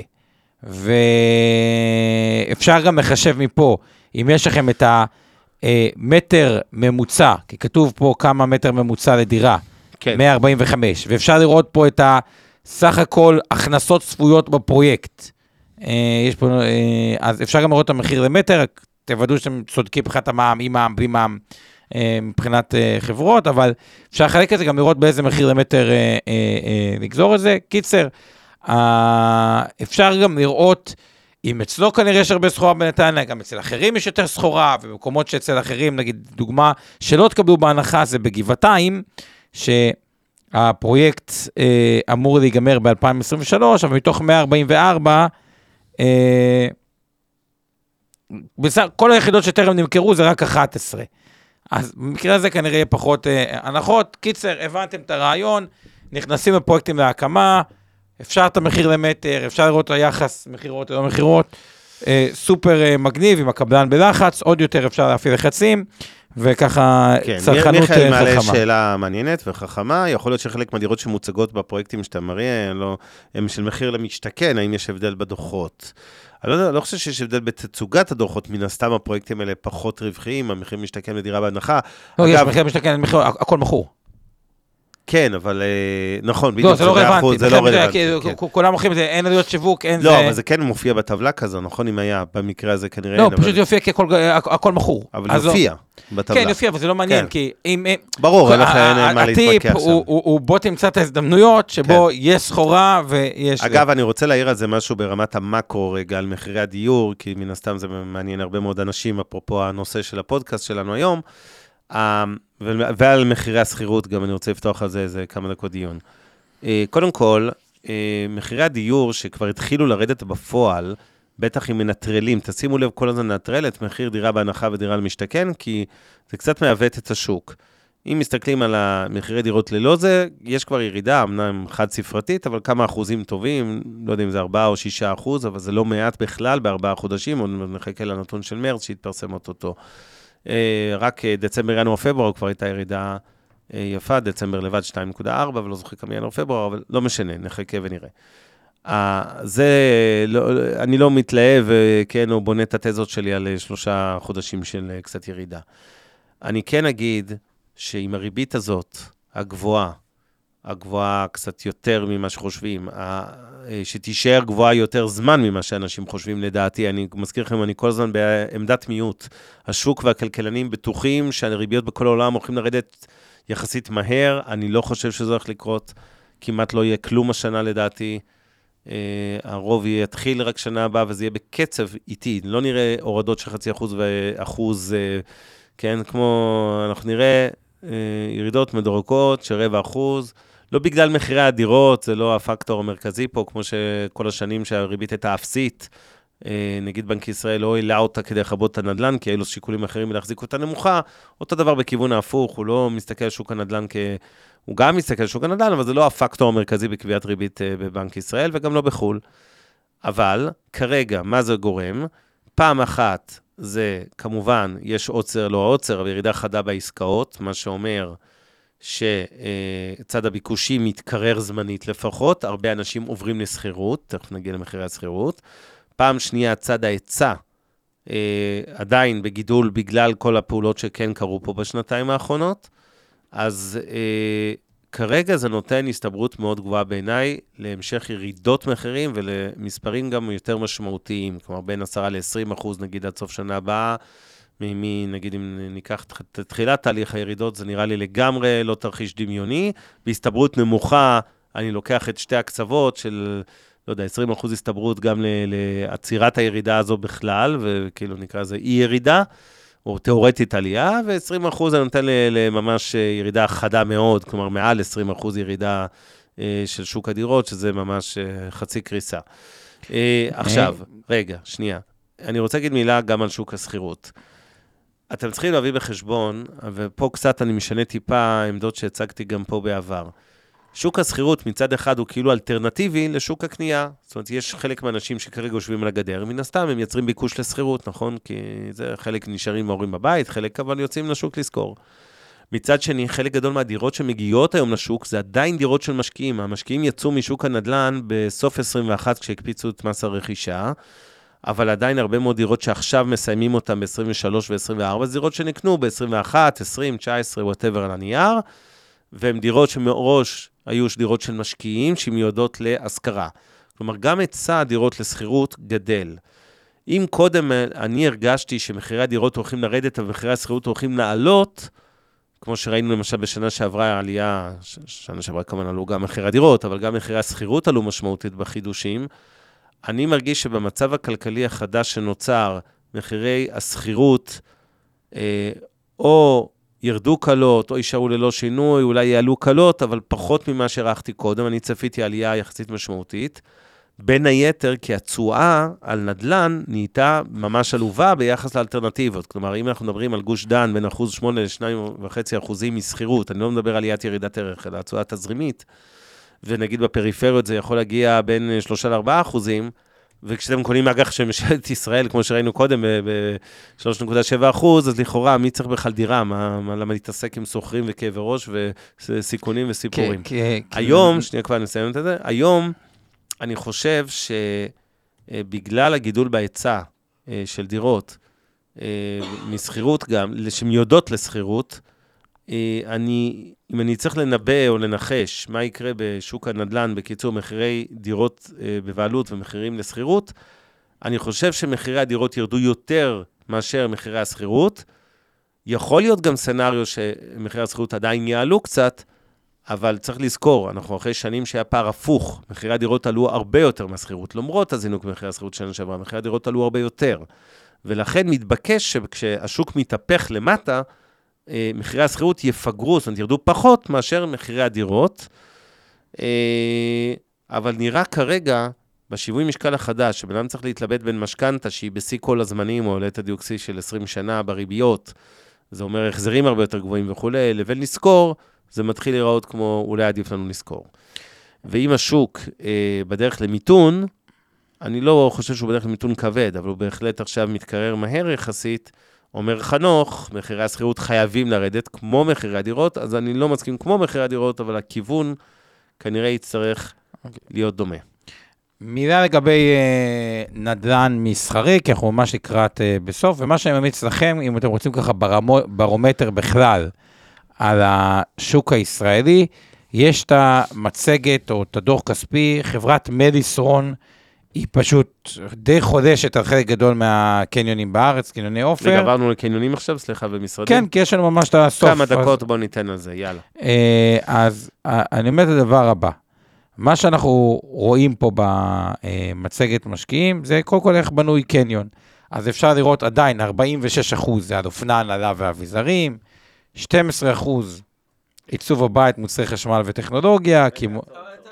[SPEAKER 4] ואפשר גם לחשב מפה, אם יש לכם את המטר ממוצע, כי כתוב פה כמה מטר ממוצע לדירה, כן. מאה ארבעים וחמש, ואפשר לראות פה את הסך הכל הכנסות צפויות בפרויקט. יש פה, אז אפשר גם לראות את המחיר למטר, תוודאו שאתם צודקים מבחינת המע"מ, עם מע"מ, בלי מע"מ, מבחינת חברות, אבל אפשר לחלק את זה, גם לראות באיזה מחיר למטר לגזור את זה. קיצר, אפשר גם לראות, אם אצלו כנראה יש הרבה סחורה בנתניה, גם אצל אחרים יש יותר סחורה, ובמקומות שאצל אחרים, נגיד דוגמה, שלא תקבלו בהנחה, זה בגבעתיים, שהפרויקט אה, אמור להיגמר ב-אלפיים עשרים ושלוש, אבל מתוך מאה ארבעים וארבע, אה, בסך, כל היחידות שטרם נמכרו זה רק אחת עשרה. אז במקרה הזה כנראה יהיה פחות אה, הנחות. קיצר, הבנתם את הרעיון, נכנסים לפרויקטים להקמה, אפשר את המחיר למטר, אפשר לראות את היחס, מחירות או לא מחירות, אה, סופר אה, מגניב עם הקבלן בלחץ, עוד יותר אפשר להפעיל לחצים, וככה
[SPEAKER 3] כן,
[SPEAKER 4] צרכנות חכמה.
[SPEAKER 3] מיכאל מעלה שאלה מעניינת וחכמה, יכול להיות שחלק מהדירות שמוצגות בפרויקטים שאתה מראה, לא, הם של מחיר למשתכן, האם יש הבדל בדוחות? אני לא, לא חושב שיש הבדל בתצוגת הדוחות, מן הסתם הפרויקטים האלה פחות רווחיים, המחיר משתכן לדירה בהנחה.
[SPEAKER 4] לא, אגב, יש מחיר משתכן, הכל מכור.
[SPEAKER 3] כן, אבל נכון,
[SPEAKER 4] בדיוק, זה לא רלוונטי, זה לא רלוונטי. כולם מוכרים את זה, אין עלויות שיווק, אין זה...
[SPEAKER 3] לא, אבל זה כן מופיע בטבלה כזו, נכון, אם היה במקרה הזה כנראה...
[SPEAKER 4] לא, פשוט יופיע כי הכל מכור.
[SPEAKER 3] אבל יופיע בטבלה.
[SPEAKER 4] כן, יופיע, אבל זה לא מעניין, כי אם...
[SPEAKER 3] ברור, אין מה להתווכח שם.
[SPEAKER 4] הטיפ הוא בוא תמצא את ההזדמנויות שבו יש סחורה ויש...
[SPEAKER 3] אגב, אני רוצה להעיר על זה משהו ברמת המקרו רגע, על מחירי הדיור, כי מן הסתם זה מעניין הרבה מאוד אנשים, אפרופו הנושא של הפודקאסט שלנו היום. ועל מחירי הסחירות, גם אני רוצה לפתוח על זה איזה כמה דקות דיון. קודם כל, מחירי הדיור שכבר התחילו לרדת בפועל, בטח אם מנטרלים, תשימו לב כל הזמן לנטרל את מחיר דירה בהנחה ודירה למשתכן, כי זה קצת מעוות את השוק. אם מסתכלים על המחירי דירות ללא זה, יש כבר ירידה, אמנם חד ספרתית, אבל כמה אחוזים טובים, לא יודע אם זה ארבעה או שישה אחוז, אבל זה לא מעט בכלל בארבעה חודשים, עוד נחכה לנתון של מרץ שהתפרסם אותו. רק דצמבר, ינואר, פברואר, כבר הייתה ירידה יפה, דצמבר לבד שתיים נקודה ארבע, ולא זוכר כמה ינואר, פברואר, אבל לא משנה, נחכה ונראה. זה, אני לא מתלהב, כן, או בונה את התזות שלי על שלושה חודשים של קצת ירידה. אני כן אגיד שעם הריבית הזאת, הגבוהה, הגבוהה קצת יותר ממה שחושבים, שתישאר גבוהה יותר זמן ממה שאנשים חושבים לדעתי. אני מזכיר לכם, אני כל הזמן בעמדת מיעוט. השוק והכלכלנים בטוחים שהריביות בכל העולם הולכים לרדת יחסית מהר. אני לא חושב שזה הולך לקרות. כמעט לא יהיה כלום השנה לדעתי. הרוב יתחיל רק שנה הבאה, וזה יהיה בקצב איטי. לא נראה הורדות של חצי אחוז ואחוז, כן, כמו אנחנו נראה ירידות מדורגות של רבע אחוז, לא בגלל מחירי הדירות, זה לא הפקטור המרכזי פה, כמו שכל השנים שהריבית הייתה אפסית, נגיד בנק ישראל לא העלה אותה כדי לחבות את הנדל"ן, כי היו לו שיקולים אחרים להחזיק אותה נמוכה, אותו דבר בכיוון ההפוך, הוא לא מסתכל על שוק הנדל"ן כ... הוא גם מסתכל על שוק הנדל"ן, אבל זה לא הפקטור המרכזי בקביעת ריבית בבנק ישראל, וגם לא בחול. אבל כרגע, מה זה גורם? פעם אחת זה, כמובן, יש עוצר, לא עוצר, אבל ירידה חדה בעסקאות, מה שאומר שצד הביקושים מתקרר זמנית לפחות, הרבה אנשים עוברים לסחירות, תכף נגיע למחירי הסחירות. פעם שנייה, צד ההיצע, עדיין בגידול בגלל כל הפעולות שכן קרו פה בשנתיים האחרונות, אז אה, כרגע זה נותן הסתברות מאוד גבוהה בעיניי, להמשך ירידות מחירים ולמספרים גם יותר משמעותיים, כלומר בין עשרה ל-עשרים אחוז נגיד עד סוף שנה הבאה, ממי נגיד אם ניקח את תחילת תהליך הירידות, זה נראה לי לגמרי לא תרחיש דמיוני, בהסתברות נמוכה, אני לוקח את שתי הקצוות של, לא יודע, עשרים אחוז הסתברות גם לעצירת הירידה הזו בכלל, וכאילו נקרא זה אי ירידה, או תיאורטית עלייה, ו-עשרים אחוז אני נותן לממש ירידה חדה מאוד, כלומר מעל עשרים אחוז ירידה של שוק הדירות, שזה ממש חצי קריסה. עכשיו, רגע, שנייה. אני רוצה להגיד מילה גם על שוק הסחירות. אתם צריכים להביא בחשבון, ופה קצת אני משנה טיפה עמדות שהצגתי גם פה בעבר. שוק הסחירות מצד אחד הוא כאילו אלטרנטיבי לשוק הקנייה. זאת אומרת, יש חלק מהאנשים שכרגע יושבים על הגדר, מן הסתם הם יצרים ביקוש לסחירות, נכון? כי זה חלק נשארים מההורים בבית, חלק אבל יוצאים לשוק לזכור. מצד שני, חלק גדול מהדירות שמגיעות היום לשוק, זה עדיין דירות של משקיעים. המשקיעים יצאו משוק הנדל"ן בסוף עשרים ואחת, כשהקפיצו את מס הרכישה, אבל עדיין הרבה מאוד דירות שעכשיו מסיימים אותם ב-עשרים ושלוש ו-עשרים וארבע, זה דירות שנקנו ב-עשרים ואחת, עשרים, תשע עשרה, whatever על הנייר, והן דירות שמראש היו דירות של משקיעים שמיועדות להשכרה. כלומר, גם היצע הדירות לסחירות גדל. אם קודם אני הרגשתי שמחירי הדירות הולכים לרדת, ומחירי הסחירות הולכים לעלות, כמו שראינו למשל בשנה שעברה העלייה, שנה שעברה כמובן עלו גם מחירי הדירות, אבל גם מחירי הסחירות עלו משמעותית בחידושים, אני מרגיש שבמצב הכלכלי החדש שנוצר, מחירי הסחירות, אה, או ירדו קלות, או יישארו ללא שינוי, אולי יעלו קלות, אבל פחות ממה שראיתי קודם, אני צפיתי עלייה יחסית משמעותית, בין היתר, כי התשואה על נדל"ן נהייתה ממש עלובה ביחס לאלטרנטיבות. כלומר, אם אנחנו מדברים על גוש דן בין אחוז שמונה לשניים וחצי אחוזים מסחירות, אני לא מדבר על עליית ירידת ערך, אלא התשואה התזרימית, ונגיד בפריפריות זה יכול להגיע בין שלושה לארבעה אחוזים, וכשאתם קונים אג"ח של ממשלת ישראל, כמו שראינו קודם, ב-שלוש נקודה שבע אחוז, אז לכאורה, מי צריך בכלל דירה? מה, מה, למה להתעסק עם סוחרים וכאבי ראש וסיכונים וסיפורים? היום, שנייה כבר נסיים את זה, היום אני חושב שבגלל הגידול בהיצע של דירות, מסחירות גם, שמיועדות לסחירות, אני, אם אני צריך לנבא או לנחש מה יקרה בשוק הנדל"ן, בקיצור מחירי דירות בבעלות ומחירים לסחירות, אני חושב שמחירי הדירות ירדו יותר מאשר מחירי הסחירות. יכול להיות גם סנריו שמחירי הסחירות עדיין יעלו קצת, אבל צריך לזכור, אנחנו אחרי שנים שהיה פער הפוך, מחירי הדירות עלו הרבה יותר מהסחירות, למרות הזינוק במחירי הסחירות שנה שעברה, מחירי הדירות עלו הרבה יותר. ולכן מתבקש שכשהשוק מתהפך למטה, מחירי הסחירות יפגרו, זאת אומרת, ירדו פחות מאשר מחירי הדירות, אבל נראה כרגע, בשיווי משקל החדש, שבנם צריך להתלבט בין משכנתה, שהיא בשיא כל הזמנים, או עולת הדיוקסי של עשרים שנה בריביות, זה אומר החזרים הרבה יותר גבוהים וכו', לבין לזכור, זה מתחיל להיראות כמו אולי עדיף לנו לזכור. ואם השוק בדרך למיתון, אני לא חושב שהוא בדרך למיתון כבד, אבל הוא בהחלט עכשיו מתקרר מהר יחסית, אומר חנוך, מחירי הסחירות חייבים לרדת כמו מחירי הדירות, אז אני לא מסכים כמו מחירי הדירות, אבל הכיוון כנראה יצטרך okay. להיות דומה.
[SPEAKER 4] מילה לגבי אה, נדל"ן מסחרי, כי אנחנו ממש לקראת אה, בסוף, ומה שאני ממליץ לכם, אם אתם רוצים ככה ברמו, ברומטר בכלל על השוק הישראלי, יש את המצגת או את הדוח כספי, חברת מדיסון, היא פשוט די חודשת על חלק גדול מהקניונים בארץ, קניוני אופר.
[SPEAKER 3] וגברנו לקניונים עכשיו, סליחה, במשרדים.
[SPEAKER 4] כן, כי יש לנו ממש את הסוף.
[SPEAKER 3] כמה דקות, בואו ניתן על זה, יאללה.
[SPEAKER 4] אז אני אומר את הדבר הבא, מה שאנחנו רואים פה במצגת משקיעים, זה קודם כל איך בנוי קניון. אז אפשר לראות עדיין ארבעים ושש אחוז זה על אופנה, הנעלה ואביזרים, שנים עשר אחוז עיצוב הבית, מוצרי חשמל וטכנולוגיה, כמו...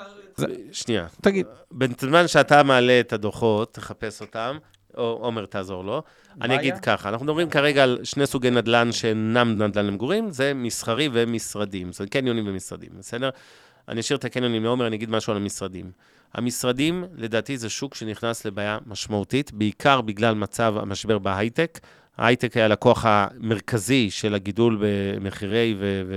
[SPEAKER 3] שנייה.
[SPEAKER 4] תגיד.
[SPEAKER 3] בזמן שאתה מעלה את הדוחות, תחפש אותם, או עומר תעזור לו, אני אגיד ככה, אנחנו מדברים כרגע על שני סוגי נדל"ן שאינם נדל"ן למגורים, זה מסחרי ומשרדים, זאת אומרת קניונים ומשרדים, בסדר? אני אשאיר את הקניונים לעומר, אני אגיד משהו על המשרדים. המשרדים, לדעתי, זה שוק שנכנס לבעיה משמעותית, בעיקר בגלל מצב המשבר בהייטק. ההייטק היה לקוח המרכזי של הגידול במחירי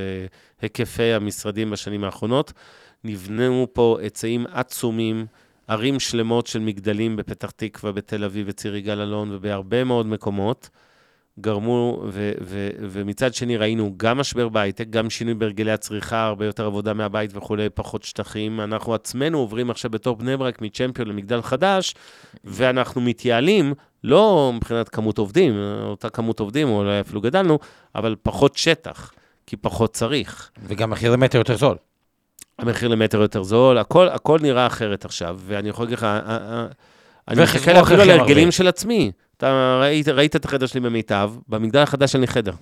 [SPEAKER 3] והיקפי המשרדים בשנים האחרונות. נבנו פה עצים עצומים, ערים שלמות של מגדלים בפתח תקווה, בתל אביב, בציר יגאל אלון ובהרבה מאוד מקומות. גרמו, ו- ו- ומצד שני ראינו גם משבר בהייטק, גם שינוי בהרגלי הצריכה, הרבה יותר עבודה מהבית וכו', פחות שטחים. אנחנו עצמנו עוברים עכשיו בתור בני ברק מצ'מפיון למגדל חדש, ואנחנו מתייעלים, לא מבחינת כמות עובדים, אותה כמות עובדים, או אולי אפילו גדלנו, אבל פחות שטח, כי פחות צריך.
[SPEAKER 4] וגם מחיר למטר יותר זול.
[SPEAKER 3] המחיר למטר יותר זול, הכל, הכל נראה אחרת עכשיו, ואני יכול להגיד לך, אני מחכה אפילו על הרגלים של עצמי. אתה ראית, ראית את החדר שלי במיטב, במגדל החדש אין לי חדר.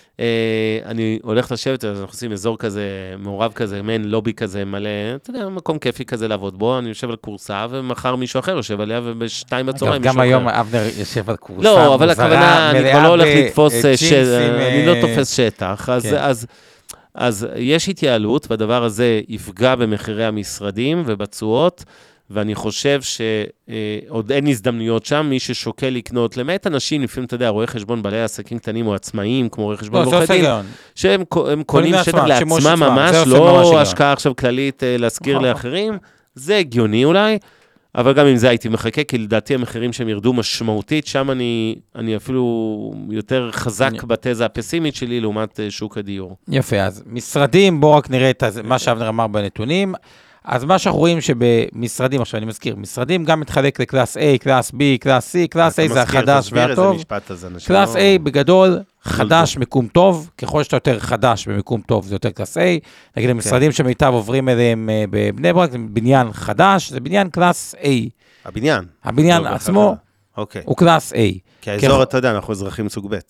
[SPEAKER 3] אה, אני הולך לשבת, אנחנו עושים אזור כזה, מעורב כזה, מעין לובי כזה מלא, אתה יודע, מקום כיפי כזה לעבוד בו, אני יושב על קורסה, ומחר מישהו אחר יושב עליה, ובשתיים בצהריים מישהו אחר.
[SPEAKER 4] גם היום אבנר יושב על קורסה,
[SPEAKER 3] לא, אבל הכוונה, אני כבר לא הולך לתפוס, אני לא תופס שטח, אז... אז יש התייעלות, והדבר הזה יפגע במחירי המשרדים ובצועות, ואני חושב שעוד אין הזדמנויות שם, מי ששוקל לקנות, למעט אנשים, לפעמים, אתה יודע, רואי חשבון בעלי עסקים קטנים או עצמאיים, כמו רואי חשבון בוחדים, שהם קונים שטח לעצמם ממש, לא השקעה עכשיו כללית להזכיר לאחרים, זה הגיוני אולי, אבל גם עם זה הייתי מחכה, כי לדעתי המחירים שהם ירדו משמעותית, שם אני, אני אפילו יותר חזק בתזה הפסימית שלי, לעומת שוק הדיור.
[SPEAKER 4] יפה, אז משרדים, בואו רק נראה את מה שאבנר אמר בנתונים, אז מה שאנחנו רואים שבמשרדים, עכשיו אני מזכיר, משרדים גם מתחלק לקלאס A, קלאס B, קלאס C, קלאס A זה החדש והטוב, קלאס A בגדול, חדש, מיקום טוב, ככל שאתה יותר חדש במיקום טוב, זה יותר קלאס A, נגיד המשרדים שמיטב עוברים אליהם בבני ברק, זה בניין חדש, זה בניין קלאס A.
[SPEAKER 3] הבניין?
[SPEAKER 4] הבניין עצמו הוא קלאס A.
[SPEAKER 3] כי האזור, אתה יודע, אנחנו אזרחים סוג ב'.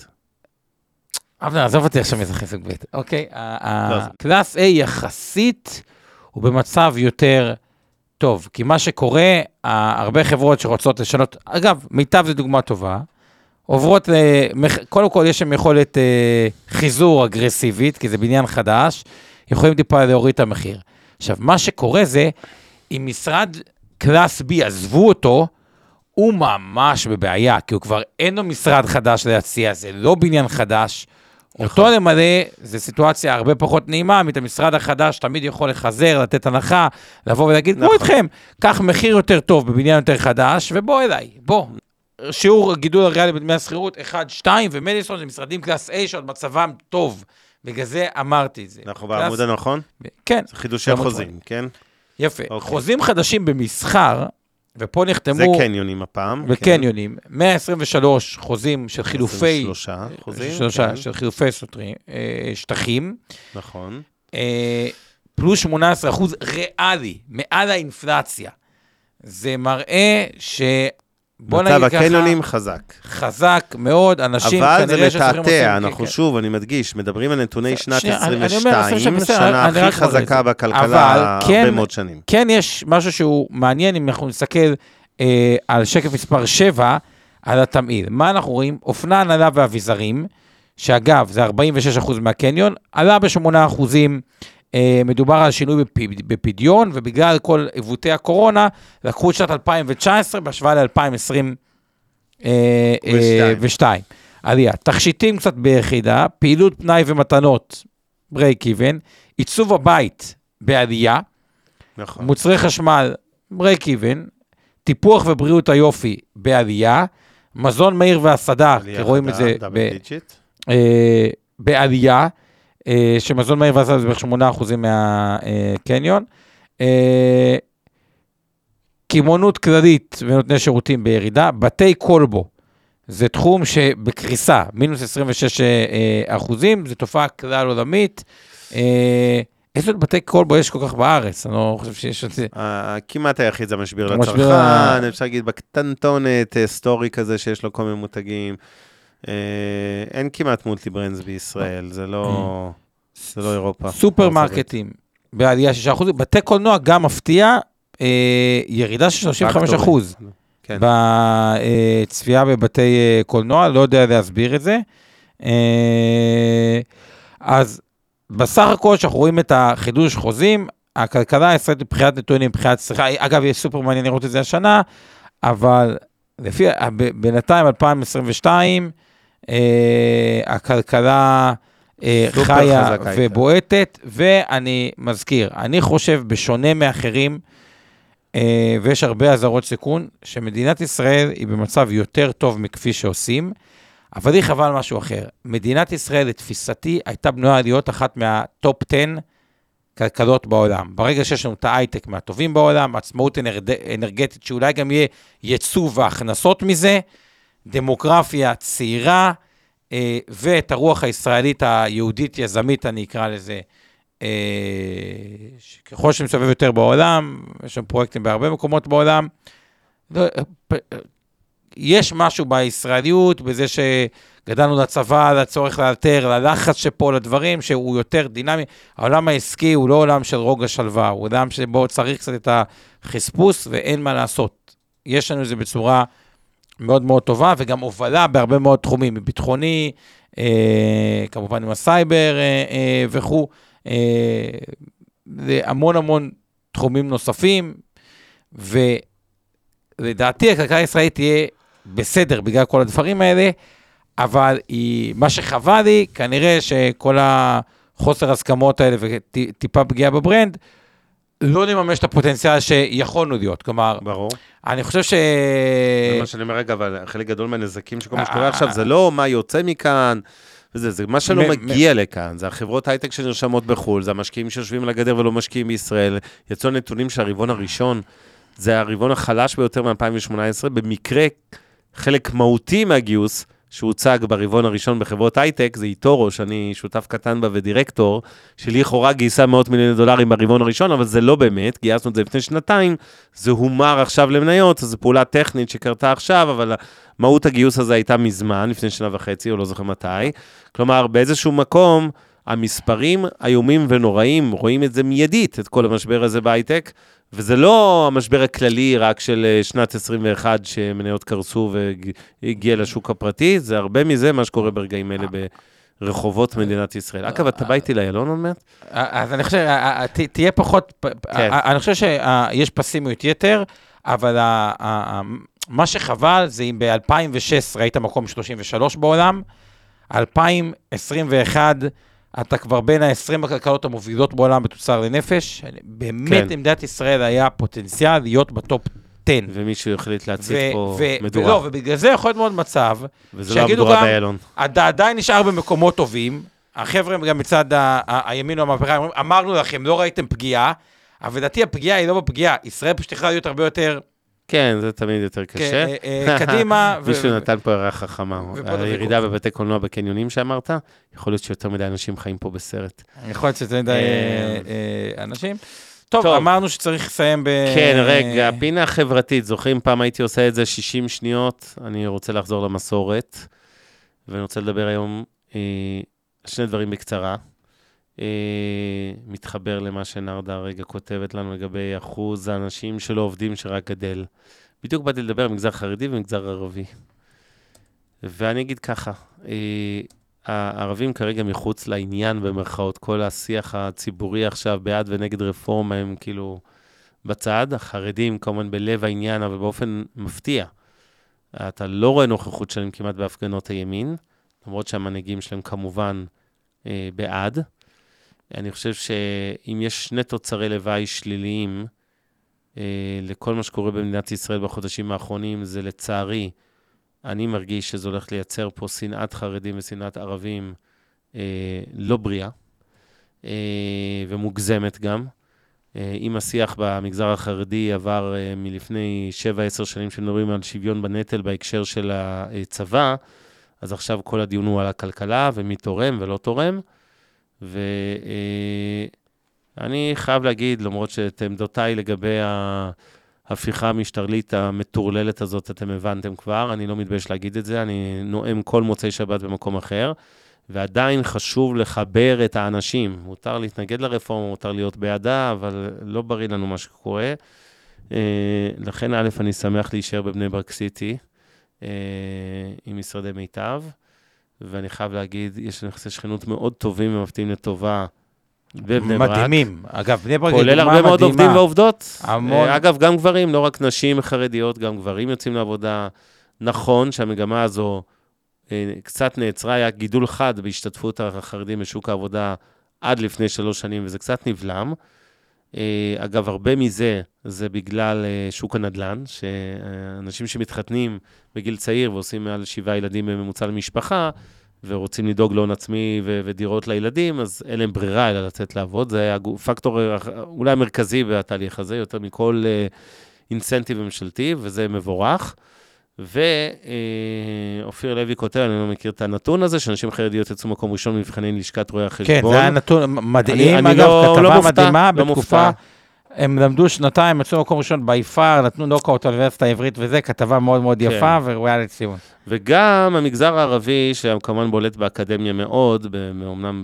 [SPEAKER 4] אבל נעזוב אותי עכשיו אזרחים סוג ב', אוקיי? הקלאס A יחסית, הוא במצב יותר טוב, כי מה שקורה, הרבה חברות שרוצות לשנות, אגב, מיטב זה דוגמה טובה, עוברות, קודם כל יש שם יכולת חיזור אגרסיבית, כי זה בניין חדש, יכולים טיפה להוריד את המחיר. עכשיו, מה שקורה זה, אם משרד קלאס B עזבו אותו, הוא ממש בבעיה, כי הוא כבר אין לו משרד חדש להציע, זה לא בניין חדש, אותו למלא, זו סיטואציה הרבה פחות נעימה, מת המשרד החדש תמיד יכול לחזר, לתת הנחה, לבוא ולהגיד, בוא איתכם, קח מחיר יותר טוב בבניין יותר חדש, ובוא אליי, בוא. שיעור גידול הריאלי בדמי הסחירות, אחד, שתיים, ומדיסון זה משרדים קלאס A שעוד מצבם טוב, בגלל זה אמרתי את זה.
[SPEAKER 3] אנחנו בעמוד הנכון?
[SPEAKER 4] כן.
[SPEAKER 3] זה חידושי חוזים, כן?
[SPEAKER 4] יפה. חוזים חדשים במסחר, ופה נחתמו...
[SPEAKER 3] זה קניונים הפעם.
[SPEAKER 4] בקניונים, מאה עשרים ושלוש חוזים של חילופי...
[SPEAKER 3] שלושה חוזים.
[SPEAKER 4] שלושה, של חילופי סוטרים, שטחים.
[SPEAKER 3] נכון.
[SPEAKER 4] פלוס שמונה עשרה אחוז ריאלי, מעל האינפלציה. זה מראה ש...
[SPEAKER 3] מצב הקניונים חזק.
[SPEAKER 4] חזק מאוד, אנשים כנראה
[SPEAKER 3] שצריכים... אבל זה מתעתע, אנחנו שוב, אני מדגיש, מדברים על נתוני שנת עשרים ושתיים, שנה הכי חזקה בכלכלה הרבה מאוד שנים.
[SPEAKER 4] כן יש משהו שהוא מעניין, אם אנחנו נסתכל על שקף מספר שבע, על התמעיל. מה אנחנו רואים? אופנה, הנעלה ואביזרים, שאגב, זה ארבעים ושש אחוז מהקניון, עלה ב-שמונה אחוזים, מדובר על שינוי בפדיון, ובגלל כל עיוותי הקורונה, לקחו את שנת אלפיים תשע עשרה בהשוואה ל-אלפיים עשרים ושתיים. עלייה, תכשיטים קצת ביחידה, פעילות פנאי ומתנות, break even, עיצוב הבית בעלייה,
[SPEAKER 3] נכון.
[SPEAKER 4] מוצרי חשמל, break even, טיפוח ובריאות היופי בעלייה, מזון מהיר והסעדה, כי רואים את זה בעלייה, שמזון מהיר והסעדה זה בערך שמונה אחוזים מהקניון, קימונות כללית ונותני שירותים בירידה, בתי קולבו, זה תחום שבקריסה, מינוס עשרים ושש אחוזים, זה תופעה כלל עולמית, איזה בתי קול בו יש כל כך בארץ? אני לא חושב שיש את זה.
[SPEAKER 3] כמעט היחיד זה המשביר לצרכן, אפשר להגיד בקטנטונת, סטורי כזה שיש לו כל מיני מותגים. אין כמעט מולטי ברנדס בישראל, זה לא אירופה.
[SPEAKER 4] סופרמרקטים, בעלייה שישה אחוז, בתי קולנוע גם מפתיע, ירידה של שלושים וחמישה אחוז. בצפייה בבתי קולנוע, לא יודע להסביר את זה. אז בסך הכל שאנחנו רואים את החידוש חוזים, הכלכלה הישראלית מבחינת נתונים, מבחינת צריכה, אגב, יש סופר מעניין לראות את זה השנה, אבל לפי, בינתיים אלפיים עשרים ושתיים, הכלכלה חיה ובועטת, ואני מזכיר, אני חושב בשונה מאחרים, ויש הרבה הזרות סיכון, שמדינת ישראל היא במצב יותר טוב מכפי שעושים, אבל היא חבל משהו אחר. מדינת ישראל, לתפיסתי, הייתה בנויה להיות אחת מהטופ עשר כלכלות בעולם. ברגע שיש לנו את ההייטק מהטובים בעולם, עצמאות אנרגטית, שאולי גם יהיה ייצוא והכנסות מזה, דמוגרפיה צעירה, ואת הרוח הישראלית היהודית יזמית, אני אקרא לזה, ככל שמסובב יותר בעולם, יש שם פרויקטים בהרבה מקומות בעולם, יש משהו בישראליות, בזה שגדלנו לצבא, לצורך לאלתר, ללחץ שפה, לדברים, שהוא יותר דינמי. העולם העסקי הוא לא עולם של רוגע שלווה, הוא עולם שבו צריך קצת את החספוס, ואין מה לעשות. יש לנו זה בצורה מאוד מאוד טובה, וגם הובלה בהרבה מאוד תחומים, ביטחוני, אה, כמובן עם הסייבר אה, אה, וכו', אה, זה המון המון תחומים נוספים, ולדעתי הכלכלה הישראלית תהיה בסדר בגלל כל הדברים האלה, אבל היא, מה שחווה לי, כנראה שכל החוסר הסכמות האלה וטיפה פגיעה בברנד, לא נממש את הפוטנציאל שיכולנו להיות, כלומר,
[SPEAKER 3] ברור.
[SPEAKER 4] אני חושב ש...
[SPEAKER 3] זה מה שאני אומר רגע, אבל חלק גדול מהנזקים שכל מה שקורה עכשיו, זה לא מה יוצא מכאן, וזה, זה מה שלא מגיע לכאן, זה החברות הייטק שנרשמות בחו"ל, זה המשקיעים שיושבים על הגדר ולא משקיעים בישראל, יצאו נתונים שהריבון הראשון, זה הריבון החלש ביותר מ-אלפיים שמונה עשרה, במקרה חלק מהותי מהגיוס, שהוצג ברבעון הראשון בחברות הייטק, זה איתורו, שאני שותף קטן בה ודירקטור, שלכאורה גייסה מאות מיליון דולרים ברבעון הראשון, אבל זה לא באמת, גייסנו את זה לפני שנתיים, זה הומר עכשיו למניות, זו פעולה טכנית שקרתה עכשיו, אבל מהות הגיוס הזה הייתה מזמן, לפני שנה וחצי, או לא זוכר מתי. כלומר, באיזשהו מקום, המספרים איומים ונוראים, רואים את זה מיידית, את כל המשבר הזה בהייטק, וזה לא המשבר הכללי רק של שנת עשרים ואחת שמניות קרסו והגיע לשוק הפרטי, זה הרבה מזה מה שקורה ברגעים אלה ברחובות מדינת ישראל. אגב, אתה בא איתי לאיילון עוד מעט?
[SPEAKER 4] אז אני חושב, תהיה פחות, אני חושב שיש פסימיות יתר, אבל מה שחבל זה אם ב-אלפיים ושש עשרה היית מקום שלושים ושלוש בעולם, אלפיים עשרים ואחת אתה כבר בין ה-עשרים הכלכלות המובילות בעולם בתוצר לנפש, באמת למדינת ישראל היה פוטנציאל להיות בטופ עשר.
[SPEAKER 3] ומישהו יחליט להציף פה מדורה.
[SPEAKER 4] ולא, ובגלל זה יכול להיות מאוד מצב,
[SPEAKER 3] שיגידו גם,
[SPEAKER 4] אתה עדיין נשאר במקומות טובים, החבר'ה גם מצד הימין והמהפכה, אמרנו לכם, לא ראיתם פגיעה, אבל לדעתי הפגיעה היא לא בפגיעה, ישראל פשוט יכולה להיות הרבה יותר...
[SPEAKER 3] כן, זה תמיד יותר קשה.
[SPEAKER 4] קדימה.
[SPEAKER 3] מישהו נתן פה הערה חכמה. הירידה בבתי קולנוע בקניונים שאמרת, יכול להיות שיותר מדי אנשים חיים פה בסרט.
[SPEAKER 4] יכול להיות שיותר מדי אנשים. טוב, אמרנו שצריך לסיים ב...
[SPEAKER 3] כן, רגע, פינה חברתית, זוכרים פעם הייתי עושה את זה שישים שניות, אני רוצה לחזור למסורת, ואני רוצה לדבר היום שני דברים בקצרה. מתחבר למה שנרדה הרגע כותבת לנו לגבי אחוז האנשים שלא עובדים שרק גדל. בדיוק באתי לדבר על מגזר חרדי ומגזר ערבי. ואני אגיד ככה, הערבים כרגע מחוץ לעניין במרכאות, כל השיח הציבורי עכשיו בעד ונגד רפורמה הם כאילו בצד, החרדים כמובן בלב העניין, אבל באופן מפתיע. אתה לא רואה נוכחות שלהם כמעט בהפגנות הימין, למרות שהמנהיגים שלהם כמובן בעד. אני חושב שאם יש שני תוצרי לוואי שליליים אה, לכל מה שקורה במדינת ישראל בחודשים האחרונים, זה לצערי, אני מרגיש שזה הולך לייצר פה שנאת חרדים ושנאת ערבים אה, לא בריאה, אה, ומוגזמת גם. אה, אם השיח במגזר החרדי עבר אה, מלפני שבע עשר שנים שמדברים על שוויון בנטל בהקשר של הצבא, אז עכשיו כל הדיון הוא על הכלכלה ומי תורם ולא תורם, אני חייב להגיד, למרות שאת עמדותיי לגבי ההפיכה המשטרלית המטורללת הזאת, אתם הבנתם כבר, אני לא מתבייש להגיד את זה, אני נואם כל מוצאי שבת במקום אחר, ועדיין חשוב לחבר את האנשים. מותר להתנגד לרפורמה, מותר להיות בידה, אבל לא בריא לנו מה שקורה. לכן א', אני שמח להישאר בבני ברק סיטי, עם משרדי מיטב, ואני חייב להגיד, יש יחסי שכנות מאוד טובים ומפתיעים לטובה בבני ברק.
[SPEAKER 4] מדהימים. אגב, בני ברק
[SPEAKER 3] כולל הרבה מאוד עובדים ועובדות.
[SPEAKER 4] המון.
[SPEAKER 3] אגב, גם גברים, לא רק נשים חרדיות, גם גברים יוצאים לעבודה. נכון שהמגמה הזו קצת נעצרה, היה גידול חד בהשתתפות החרדים בשוק העבודה עד לפני שלוש שנים, וזה קצת נבלם. אגב, הרבה מזה זה בגלל שוק הנדל"ן, שאנשים שמתחתנים בגיל צעיר ועושים מעל שבעה ילדים בממוצע למשפחה, ורוצים לדאוג להון עצמי ו- ודירות לילדים, אז אין להם ברירה אלא לצאת לעבוד. זה היה פקטור אולי המרכזי בתהליך הזה, יותר מכל אינסנטיב ממשלתי, וזה מבורך. ואופיר לוי כותב, אני לא מכיר את הנתון הזה, שאנשים חרדיות יצאו מקום ראשון במבחני לשכת רואי החשבון.
[SPEAKER 4] כן, זה היה נתון מדהים,
[SPEAKER 3] אני,
[SPEAKER 4] אגב,
[SPEAKER 3] לא,
[SPEAKER 4] כתבה
[SPEAKER 3] לא
[SPEAKER 4] מדהימה,
[SPEAKER 3] לא
[SPEAKER 4] בתקופה, הם למדו שנתיים, יצאו מקום ראשון ביפר, נתנו נוקאוט האוניברסיטה העברית וזה, כתבה מאוד מאוד יפה, כן. וראויה לציון.
[SPEAKER 3] וגם המגזר הערבי, שכמובן בולט באקדמיה מאוד, אומנם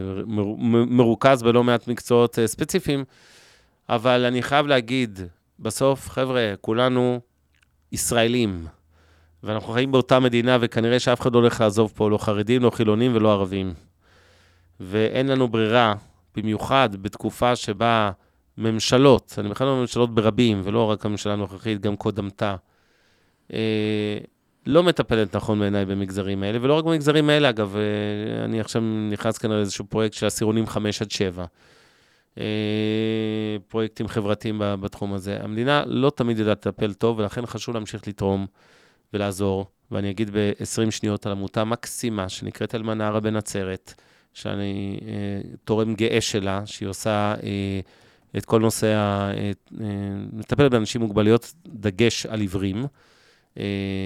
[SPEAKER 3] מרוכז בלא מעט מקצועות ספציפיים, אבל אני חייב להגיד, בסוף, חבר'ה, כולנו ישראלים, ואנחנו חיים באותה מדינה, וכנראה שאף אחד לא הולך לעזוב פה, לא חרדים, לא חילונים ולא ערבים. ואין לנו ברירה, במיוחד בתקופה שבה ממשלות, אני בכלל לא ממשלות ברבים, ולא רק הממשלה הנוכחית, גם קודמתה, אה, לא מטפלת נכון בעיניי במגזרים האלה, ולא רק במגזרים האלה, אגב, אה, אני עכשיו נכנס כאן לאיזשהו פרויקט של עשירונים חמש עד שבע. אה, פרויקטים חברתיים בתחום הזה. המדינה לא תמיד יודעת לטפל טוב, ולכן חשוב להמשיך לתרום ולעזור, ואני אגיד ב-עשרים שניות על עמותה מקסימה, שנקראת אלמנערה בנצרת, שאני אה, תורם גאה שלה, שהיא עושה אה, את כל נושא, ה, אה, אה, מטפלת באנשים מוגבליות, דגש על עיוורים, אה,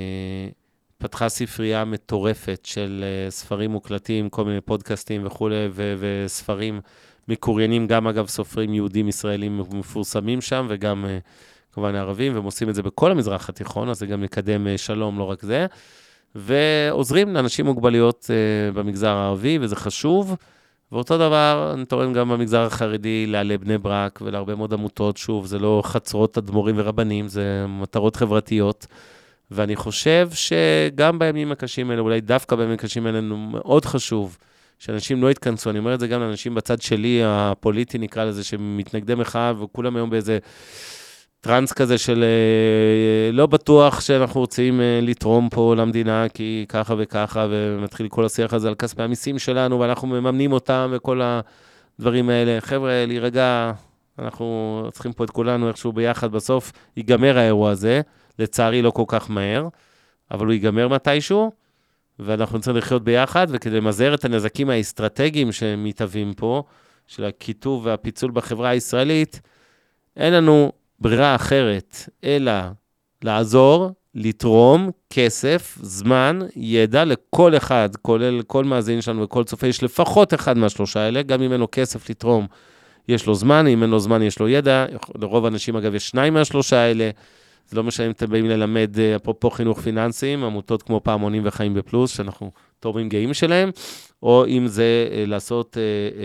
[SPEAKER 3] פתחה ספרייה מטורפת של אה, ספרים מוקלטים, כל מיני פודקאסטים וכו', ו- וספרים מקוריינים, גם אגב סופרים יהודים ישראלים מפורסמים שם, וגם אה, כמובן הערבים, והם עושים את זה בכל המזרח התיכון, אז זה גם מקדם אה, שלום, לא רק זה. ועוזרים לאנשים מוגבליות uh, במגזר הערבי, וזה חשוב. ואותו דבר, אני תורם גם במגזר החרדי, לעלי בני ברק, ולהרבה מאוד עמותות, שוב, זה לא חצרות אדמו"רים ורבנים, זה מטרות חברתיות. ואני חושב שגם בימים הקשים האלה, אולי דווקא בימים הקשים האלה, מאוד חשוב שאנשים לא יתכנסו. אני אומר את זה גם לאנשים בצד שלי, הפוליטי נקרא לזה, שמתנגדי מחאה, וכולם היום באיזה טרנס כזה של לא בטוח שאנחנו רוצים לתרום פה למדינה, כי ככה וככה, ומתחיל כל השיח הזה על כספי המיסים שלנו, ואנחנו מממנים אותם וכל הדברים האלה. חבר'ה, להירגע, אנחנו צריכים פה את כולנו איכשהו ביחד, בסוף ייגמר האירוע הזה, לצערי לא כל כך מהר, אבל הוא ייגמר מתישהו, ואנחנו צריכים לחיות ביחד, וכדי למזער את הנזקים האסטרטגיים שמתהווים פה, של הכיתוב והפיצול בחברה הישראלית, אין לנו ברירה אחרת, אלא לעזור, לתרום כסף, זמן, ידע לכל אחד, כולל כל מאזין שלנו וכל צופה, יש לפחות אחד מהשלושה האלה, גם אם אין לו כסף לתרום, יש לו זמן, אם אין לו זמן יש לו ידע, לרוב האנשים אגב יש שניים מהשלושה האלה, זה לא משנה אם אתם באים ללמד, אפרופו חינוך פיננסיים, עמותות כמו פעמונים וחיים בפלוס, שאנחנו תורמים גאים שלהם, או אם זה לעשות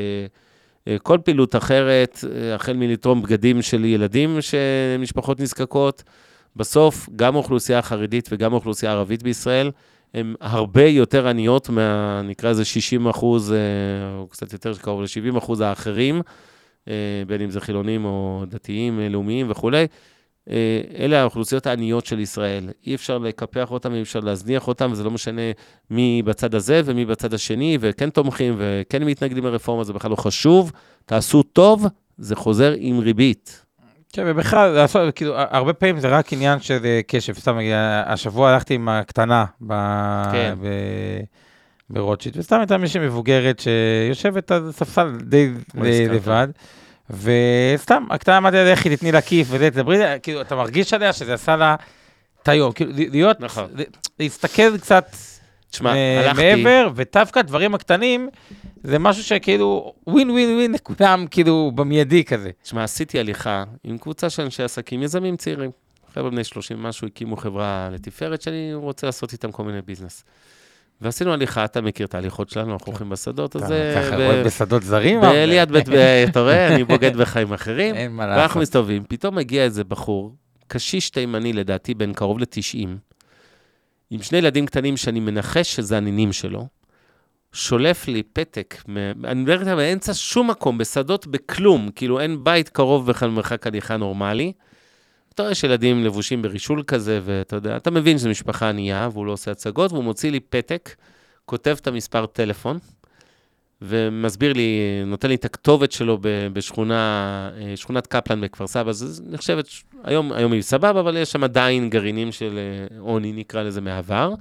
[SPEAKER 3] כל פעילות אחרת, החל מלתרום בגדים של ילדים שמשפחות נזקקות, בסוף גם האוכלוסייה החרדית וגם האוכלוסייה הערבית בישראל, הן הרבה יותר עניות מה, נקרא לזה שישים אחוז, או קצת יותר קרוב ל-שבעים אחוז האחרים, בין אם זה חילונים או דתיים, לאומיים וכו'. אלה האוכלוסיות העניות של ישראל. אי אפשר לקפח אותם, אי אפשר להזניח אותם, וזה לא משנה מי בצד הזה ומי בצד השני, וכן תומכים וכן מתנגדים לרפורמה, זה בכלל לא חשוב. תעשו טוב, זה חוזר עם ריבית.
[SPEAKER 4] כן, ובכלל, לעשות, כאילו, הרבה פעמים זה רק עניין של קשב. סתם, השבוע הלכתי עם הקטנה
[SPEAKER 3] כן.
[SPEAKER 4] ב... ברוטשילד, וסתם הייתה מישהי מבוגרת שיושבת על ספסל די לבד, וסתם, הקטנה אמרתי לה, איך היא תתני לה כיף, וזה, תדברי, כאילו, אתה מרגיש עליה שזה עשה לה את היום, כאילו, להיות, להסתכל קצת
[SPEAKER 3] תשמע, הלכתי...
[SPEAKER 4] מעבר, ודווקא הדברים הקטנים, זה משהו שכאילו, ווין ווין ווין, לכולם כאילו במיידי כזה.
[SPEAKER 3] תשמע, עשיתי הליכה עם קבוצה של אנשי עסקים, יזמים צעירים, חבר'ה בני שלושים משהו, הקימו חברה לתפארת, שאני רוצה לעשות איתם כל מיני ביזנס. ועשינו הליכה, אתה מכיר את ההליכות שלנו, אנחנו הולכים בשדות, אז זה...
[SPEAKER 4] ככה, רואה בשדות זרים?
[SPEAKER 3] ליד בית, אתה רואה, אני בוגד בחיים אחרים.
[SPEAKER 4] אין מה לעשות.
[SPEAKER 3] ואנחנו מסתובבים, פתאום מגיע איזה בחור, קשיש תימני לדעתי, בין קרוב ל-תשעים, עם שני ילדים קטנים שאני מנחש שזה הנינים שלו, שולף לי פתק, אני מדברת עליו, באמצע שום מקום, בשדות בכלום, כאילו אין בית קרוב בכלל מרחק הליכה נורמלי, אתה רואה שילדים לבושים ברישול כזה, ואתה יודע, אתה מבין שזו משפחה ענייה, והוא לא עושה הצגות, והוא מוציא לי פתק, כותב את המספר טלפון, ומסביר לי, נותן לי את הכתובת שלו בשכונה, שכונת קפלן בכפר סבא, אז אני חושבת, היום, היום היא סבבה, אבל יש שם עדיין גרעינים של עוני, נקרא לזה מעבר,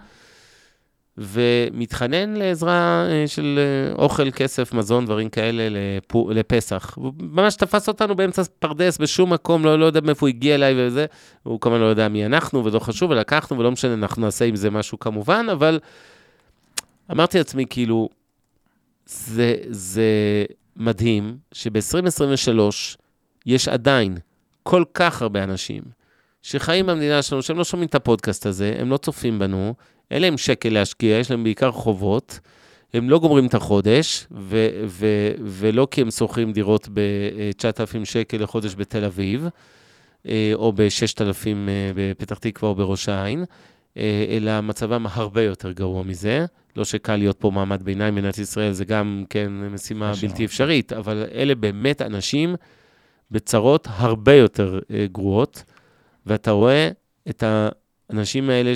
[SPEAKER 3] ומתחנן לעזרה של אוכל, כסף, מזון, דברים כאלה לפסח. הוא ממש תפס אותנו באמצע פרדס, בשום מקום, לא, לא יודע מאיפה הוא הגיע אליי וזה, הוא כמובן לא יודע מי אנחנו, ולא חשוב, ולקחנו, ולא משנה, אנחנו נעשה עם זה משהו כמובן, אבל אמרתי לעצמי, כאילו, זה, זה מדהים שב-עשרים עשרים ושלוש יש עדיין כל כך הרבה אנשים שחיים במדינה שלנו, שהם לא שומעים את הפודקאסט הזה, הם לא צופים בנו, אין להם שקל להשקיע, יש להם בעיקר חובות, הם לא גומרים את החודש, ו- ו- ולא כי הם שוכרים דירות ב-תשעת אלפים שקל לחודש בתל אביב, או ב-שישת אלפים בפתח תקווה או בראש העין, אלא מצבם הרבה יותר גרוע מזה, לא שקל להיות פה מעמד ביניים במדינת ישראל, זה גם, כן, משימה בלתי אפשרית, אבל אלה באמת אנשים בצרות הרבה יותר גרועות, ואתה רואה את האנשים האלה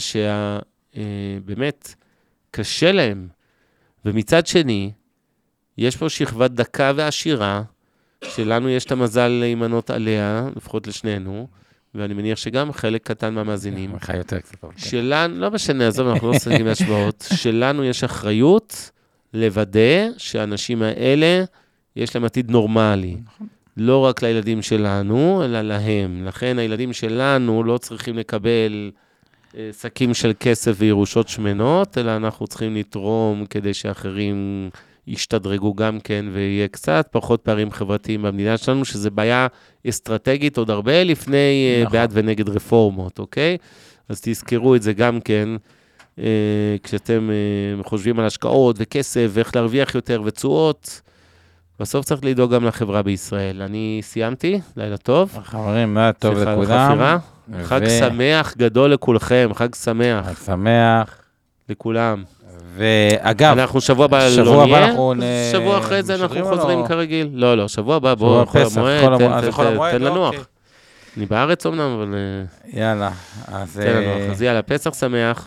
[SPEAKER 3] שבאמת קשה להם, ומצד שני, יש פה שכבת דקה ועשירה, שלנו יש את המזל להימנות עליה, לפחות לשנינו, ואני מניח שגם חלק קטן מהמאזינים, שלנו, לא משנה, עזוב, אנחנו לא עושים השוואות, שלנו יש אחריות לוודא שהאנשים האלה, יש להם עתיד נורמלי. לא רק לילדים שלנו, אלא להם. לכן הילדים שלנו לא צריכים לקבל שקים של כסף וירושות שמנות, אלא אנחנו צריכים לתרום כדי שאחרים ישתדרגו גם כן, ויהיה קצת פחות פערים חברתיים במדינה שלנו, שזה בעיה אסטרטגית עוד הרבה לפני נכון. בעד ונגד רפורמות, אוקיי? אז תזכרו את זה גם כן, אה, כשאתם אה, חושבים על השקעות וכסף, ואיך להרוויח יותר וצועות, בסוף צריך לדאוג גם לחברה בישראל. אני סיימתי, לילה טוב.
[SPEAKER 4] חברים, לילה טוב לכולם.
[SPEAKER 3] חג שמח גדול לכולכם, חג שמח.
[SPEAKER 4] חג שמח.
[SPEAKER 3] לכולם.
[SPEAKER 4] ואגב,
[SPEAKER 3] אנחנו שבוע הבא
[SPEAKER 4] לא נהיה,
[SPEAKER 3] שבוע אחרי זה אנחנו חוזרים כרגיל. לא, לא, שבוע הבא, בואו, חול המועד, תן לנוח. אני בארץ אומנם, אבל...
[SPEAKER 4] יאללה.
[SPEAKER 3] תן לנוח, אז יאללה, פסח שמח.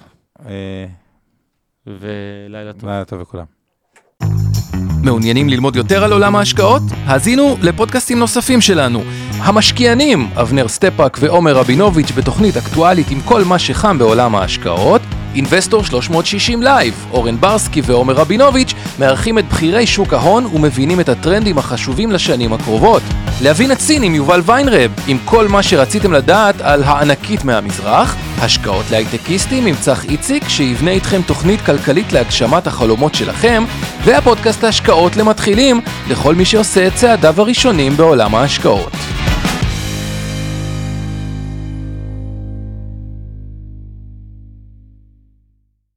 [SPEAKER 3] ולילה טוב.
[SPEAKER 4] לילה טוב לכולם.
[SPEAKER 1] מעוניינים ללמוד יותר על עולם ההשקעות? האזינו לפודקאסטים נוספים שלנו. המשקיענים, אבנר סטפאק ועומר רבינוביץ' בתוכנית אקטואלית עם כל מה שחם בעולם ההשקעות. אינבסטור שלוש מאות שישים לייב, אורן ברסקי ועומר רבינוביץ' מארחים את בחירי שוק ההון ומבינים את הטרנדים החשובים לשנים הקרובות. להבין את סין עם יובל ויינרב, עם כל מה שרציתם לדעת על הענקית מהמזרח. השקעות להייטקיסטים עם צח איציק, שיבנה איתכם תוכנית כלכלית להגשמת החלומות שלכם, והפודקאסט ההשקעות למתחילים, לכל מי שעושה את צעדיו הראשונים בעולם ההשקעות.